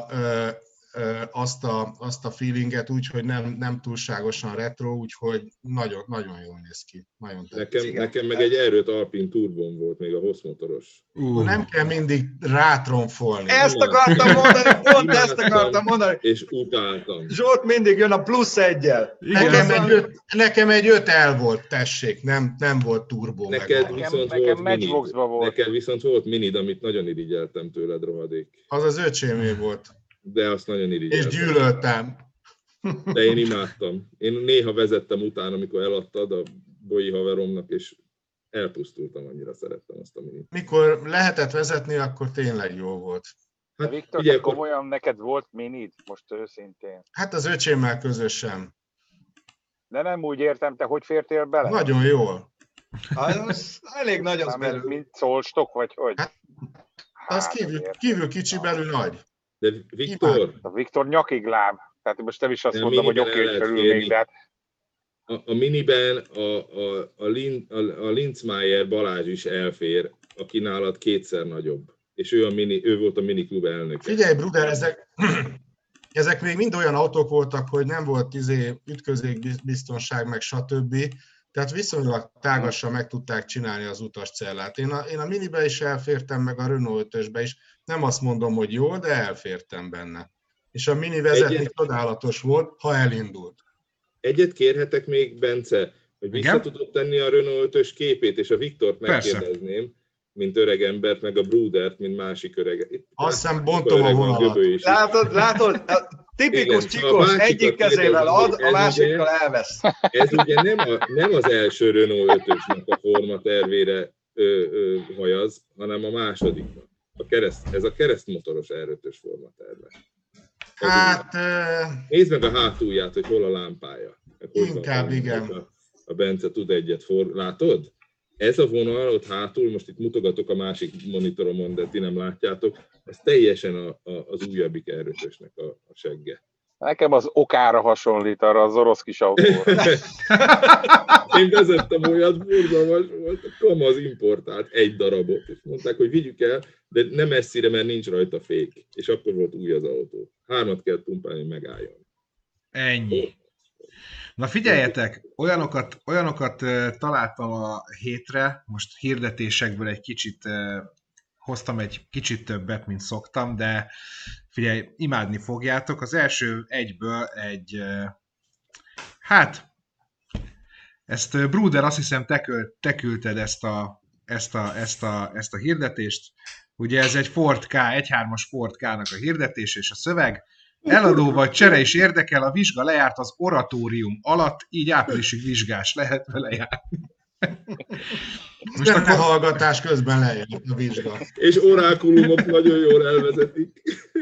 azt a feelinget úgy, hogy nem túlságosan retro, úgyhogy nagyon, nagyon jól néz ki. Nagyon nekem meg egy erőt Alpine Turbon volt, még a hosszmotoros. Nem kell mindig rátronfolni. Ezt akartam mondani, pont ezt akartam mondani. És utáltam. Zsolt mindig jön a plusz egyel. Nekem egy 5L volt, tessék, nem volt turbo. Neked viszont volt minid, amit nagyon irigyeltem tőled, rohadék. Az az öcsémé volt. De azt nagyon irigyeltem. És gyűlöltem. De én imádtam. Én néha vezettem utána, amikor eladtad a bolyi haveromnak, és elpusztultam, annyira szerettem azt a minit. Mikor lehetett vezetni, akkor tényleg jó volt. Hát, Viktor, ugye, komolyan neked volt minid? Most őszintén. Hát az öcsémmel közösen. De nem úgy értem, te hogy fértél bele? Nagyon jól. Az elég nagy az belül. Mint szólstok, vagy hogy? Hát, az kívül kicsi, belül nagy. De Viktor... A Viktor nyakig láb. Tehát most nem is azt mondom, hogy oké, hogy felül még, de hát... A miniben a Linzmeier Balázs is elfér, aki nálad kétszer nagyobb. És ő volt a miniklub elnöke. Figyelj, Bruder, ezek még mind olyan autók voltak, hogy nem volt ütközékbiztonság, meg stb. Tehát viszonylag tágasan meg tudták csinálni az utascellát. Én a minibe is elfértem, meg a Renault 5-ösbe is. Nem azt mondom, hogy jól, de elfértem benne. És a mini vezetni csodálatos volt, ha elindult. Egyet kérhetek még, Bence, hogy vissza tudod tenni a Renault 5-ös képét, és a Viktort megkérdezném, mint öreg embert, meg a Brudert, mint másik öreg. Azt hiszem bontom a vonalat. Látod? Tipikus csikos, egyik kezével ad, a másikkal elvesz. Ez ugye nem az első Renault 5-ösnek a formatervére hajaz, hanem a másodiknak. Ez a keresztmotoros R5-ös formaterve. Hát... Nézd meg a hátulját, hogy hol a lámpája. Inkább igen. A Bence tud egyet látod? ez a vonal ott hátul, most itt mutogatok a másik monitoromon, de ti nem látjátok, ez teljesen az újabbik R5-ösnek a segge. Nekem az okára hasonlít arra az orosz kis autóra. Én vezettem olyat, borzalmas volt, a Kamaz importált egy darabot, és mondták, hogy vigyük el, de nem messzire, mert nincs rajta fék. És akkor volt új az autó. 3 kell pumpálni, hogy megálljon. Ennyi. Na figyeljetek, olyanokat találtam a hétre, most hirdetésekből egy kicsit hoztam egy kicsit többet, mint szoktam, de figyelj, imádni fogjátok. Az első egyből egy, hát, ezt Bruder, azt hiszem te küldted ezt a hirdetést. Ugye ez egy Ford K, 1.3-as Ford K-nak a hirdetés, és a szöveg: eladó vagy csere is érdekel, a vizsga lejárt az oratórium alatt, így áprilisig vizsgás lehet vele járni. Most akkor hallgatás közben lejön a vizsga. És orákulumok nagyon jól elvezetik.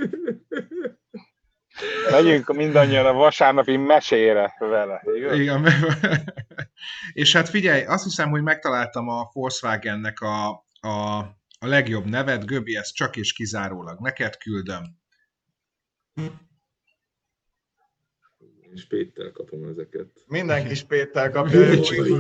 Megyünk mindannyian a vasárnapi mesére vele, igaz? Igen. És hát figyelj, azt hiszem, hogy megtaláltam a Volkswagennek a legjobb nevet. Göbi, ezt csak és kizárólag neked küldöm. És Péttel kapom ezeket. Mindenki Péttel kapja.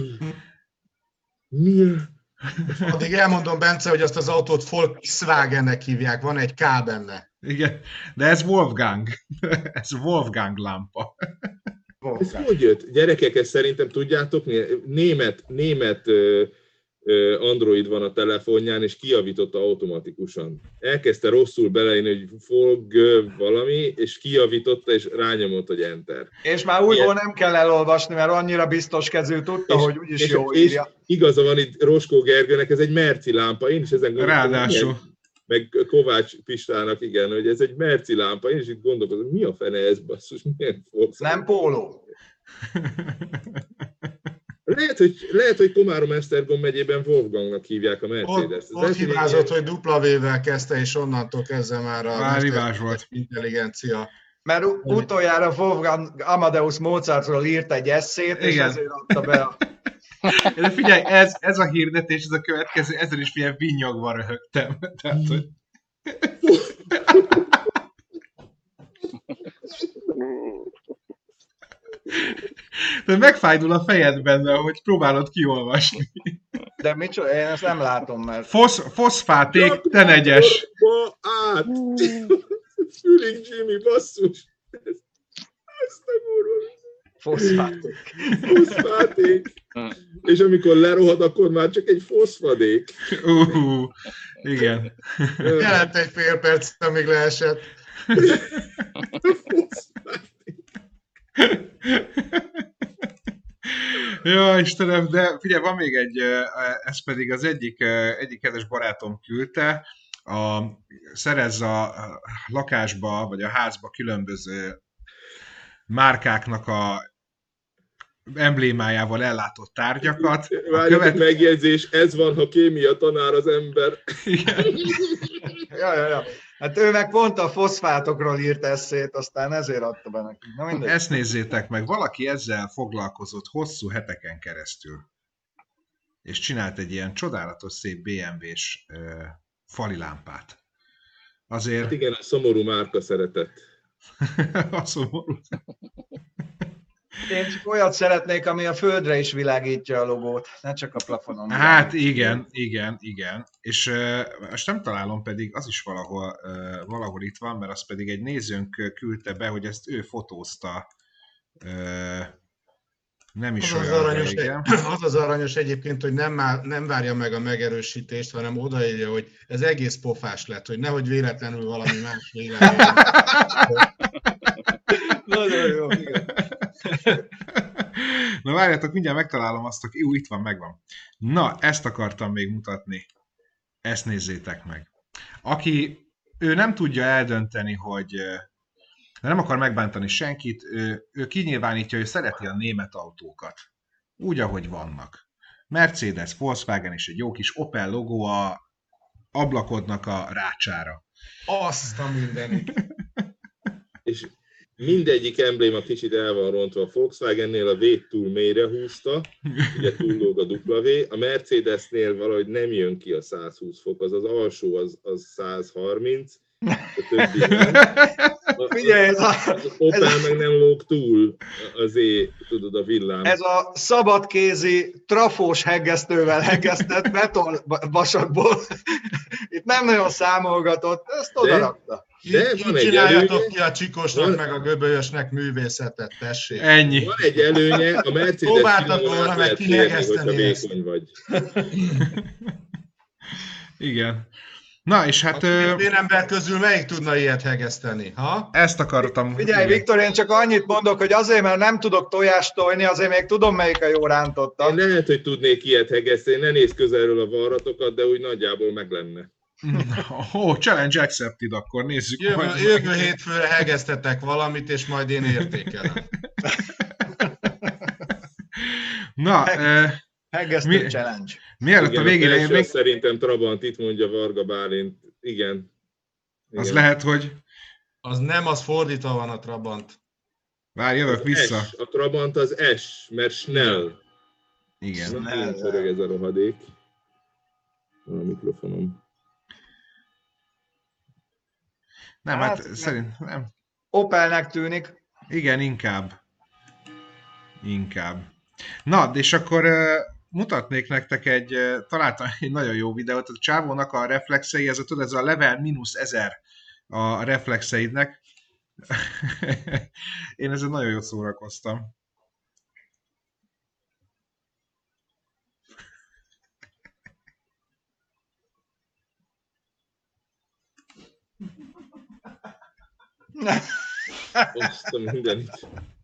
Milyen? Addig elmondom, Bence, hogy azt az autót Volkswagennek hívják, van egy K benne. Igen, de ez Wolfgang. Ez Wolfgang lámpa. Ez hogy jött? Gyerekek, ezt szerintem tudjátok, német Android van a telefonján, és kijavította automatikusan. Elkezdte rosszul beleírni, hogy fog valami, és kijavította, és rányomott, hogy enter. És már újból nem kell elolvasni, mert annyira biztos kezű tudta, hogy úgyis jó írja. És igaza van itt Roskó Gergőnek, ez egy merci lámpa, én is ezen gondolkodom. Ráadásul. Meg Kovács Pistának, igen, hogy ez egy merci lámpa, én is itt gondolkodom, mi a fene ez, basszus, milyen Volkswagen? Nem póló. Lehet, hogy Komárom-Esztergom megyében Wolfgangnak hívják a Mercedes-t. Ott hibázott, hogy W-vel kezdte, és onnantól kezdve már a rivás volt. Intelligencia. Mert utoljára Wolfgang Amadeus Mozartról írt egy esszét, és azért adta be a... De figyelj, ez a hirdetés, ez a következő, ezzel is figyelj, vinnyogva röhögtem. Tehát, hogy... De megfájdul a fejed benne, hogy próbálod kiolvasni. De micsoda, én ezt nem látom, mert... Foszfáték, tenegyes. Át! Fülig Jimmy, basszus! Ezt a kurva! Foszfáték. És amikor lerohad, akkor már csak egy foszfadék. Igen. Jelent egy fél perc, amíg leesett. Ja, Istenem, de figyelj, van még egy, ez pedig az egyik kedves barátom küldte, szerez a lakásba, vagy a házba különböző márkáknak a emblémájával ellátott tárgyakat. Megjegyzés, ez van, ha kémia tanár az ember. Igen. Ja. Hát ő meg pont a foszfátokról írt esszét, aztán ezért adta be nekünk. Na mindegy. Ezt nézzétek meg, valaki ezzel foglalkozott hosszú heteken keresztül. És csinált egy ilyen csodálatos, szép BMW-s fali lámpát. Azért... Hát igen, a szomorú márka szeretet. A szomorú. Én csak olyat szeretnék, ami a földre is világítja a logót, ne csak a plafonon. Hát igen. És most nem találom, pedig az is valahol itt van, mert az pedig egy nézőnk küldte be, hogy ezt ő fotózta. Nem is olyan régen. Az az aranyos egyébként, hogy nem várja meg a megerősítést, hanem odaírja, hogy ez egész pofás lett, hogy nehogy véletlenül valami más véletlenül. Nagyon jó, igen. Na várjátok, mindjárt megtalálom azt, hogy itt van, megvan. Na, ezt akartam még mutatni. Ezt nézzétek meg. Aki, ő nem tudja eldönteni, hogy nem akar megbántani senkit, ő kinyilvánítja, hogy szereti a német autókat. Úgy, ahogy vannak. Mercedes, Volkswagen és egy jó kis Opel logó a ablakodnak a rácsára. Azt a mindenit. mindegyik embléma kicsit el van rontva. A Volkswagennél a V-t túl mélyre húzta, ugye túllóg a W, a Mercedesnél valahogy nem jön ki a 120 fok, az alsó az 130, a többi nem. Figyelj, Az Opel meg nem lóg túl azért, tudod, a villám. Ez a szabadkézi trafós heggesztővel heggesztett betonvasakból. Itt nem nagyon számolgatott, ezt odarakta. De Így van egy csináljatok előnye. ki a csikosnak meg a göbölyösnek művészetet, tessék. Ennyi. Van egy előnye, a Mercedes Próbáltak finomon volna át meg lehet férni, hogyha kinegeszteni ezt. vékony vagy. Igen. Na, és hát Én ember közül melyik tudna ilyet hegeszteni, ha? ezt akartam. Figyelj, igen. Viktor, én csak annyit mondok, hogy azért, mert nem tudok tojást tojni, azért még tudom, melyik a jó rántotta. Én lehet, hogy tudnék ilyet hegeszteni, ne nézz közelről a varratokat, de úgy nagyjából meg lenne. Challenge accepted, akkor nézzük. Jövő hétfőre hegesztetek valamit, és majd én értékelem. Na, Heggesztő challenge. mielőtt Igen, a végére első érnék, szerintem Trabant, itt mondja Varga Bálint. Igen. az Igen. lehet, hogy... Az nem, az fordítva van a Trabant. Várj, jövök vissza. S. A Trabant az S, mert Schnell. Igen. Nagyon öreg ez a rohadék. A mikrofonom. Nem, Hát, hát szerint... Nem. Opelnek tűnik. Igen, inkább. Inkább. Na, és akkor mutatnék nektek találtam egy nagyon jó videót, a csávónak a reflexei, ez a level -1000 a reflexeidnek. Én ezzel nagyon jól szórakoztam. Azt a mindenit.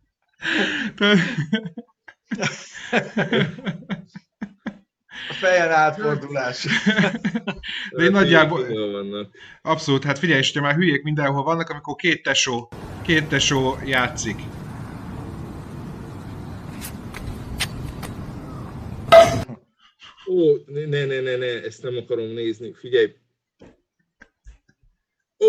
A fejen átfordulás. De én nagyjából... Jól vannak. Abszolút, hát figyelj, és már hülyék mindenhol vannak, amikor két tesó játszik. Ó, ne, ezt nem akarom nézni. Figyelj. Ó,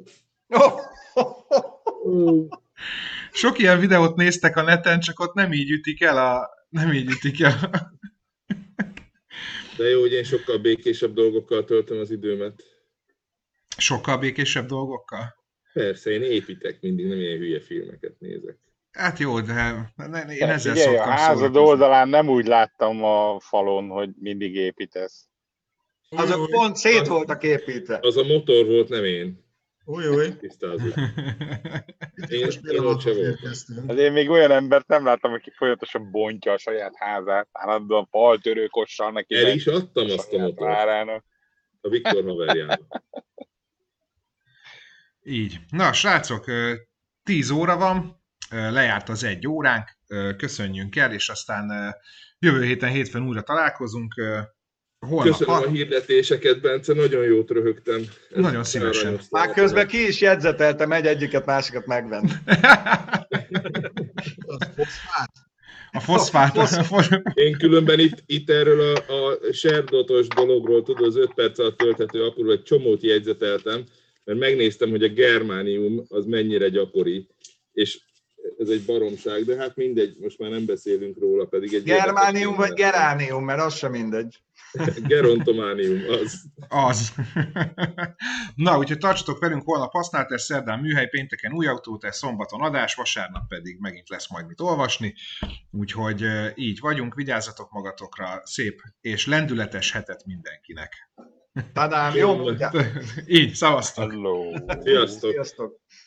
ó. Sok ilyen videót néztek a neten, csak ott nem így ütik el. De jó, hogy én sokkal békésebb dolgokkal töltöm az időmet. Sokkal békésebb dolgokkal? Persze, én építek mindig, nem ilyen hülye filmeket nézek. Hát jó, de én ezzel Figyelj, a szoktam házad szórakozni. oldalán nem úgy láttam a falon, hogy mindig építesz. Azok pont szét voltak építve. Az a motor volt, nem én. Új. Tisztázzuk. Most Én ott se voltam. érkeztünk. Hát én még olyan embert nem láttam, aki folyamatosan bontja a saját házát, állandóan faltörőkossal neki. El megy is adtam azt a saját motort várának. a Viktor haverjának. Így. Na, srácok, 10 óra van, lejárt az 1 óránk, köszönjünk el, és aztán jövő héten hétfőn újra találkozunk. Holnap Köszönöm a hirdetéseket, Bence, nagyon jót röhögtem. Nagyon szívesen. Már közben ki is jegyzeteltem egyiket, másikat megvenni. A foszfát. Én különben itt erről a serdotos dologról, tudod, az 5 perc alatt tölthető apróról egy csomót jegyzeteltem, mert megnéztem, hogy a germánium az mennyire gyakori, és ez egy baromság, de hát mindegy, most már nem beszélünk róla, pedig egy... Germánium vagy geránium, mert az sem mindegy. Gerontománium, az. Az. Na, úgyhogy tartsatok velünk, holnap használtás, szerdán műhely, pénteken új autótesz, szombaton adás, vasárnap pedig megint lesz majd mit olvasni. Úgyhogy így vagyunk, vigyázzatok magatokra, szép és lendületes hetet mindenkinek. Tadám, jó mondja. Így, szavaztok! Hello. Sziasztok! Sziasztok.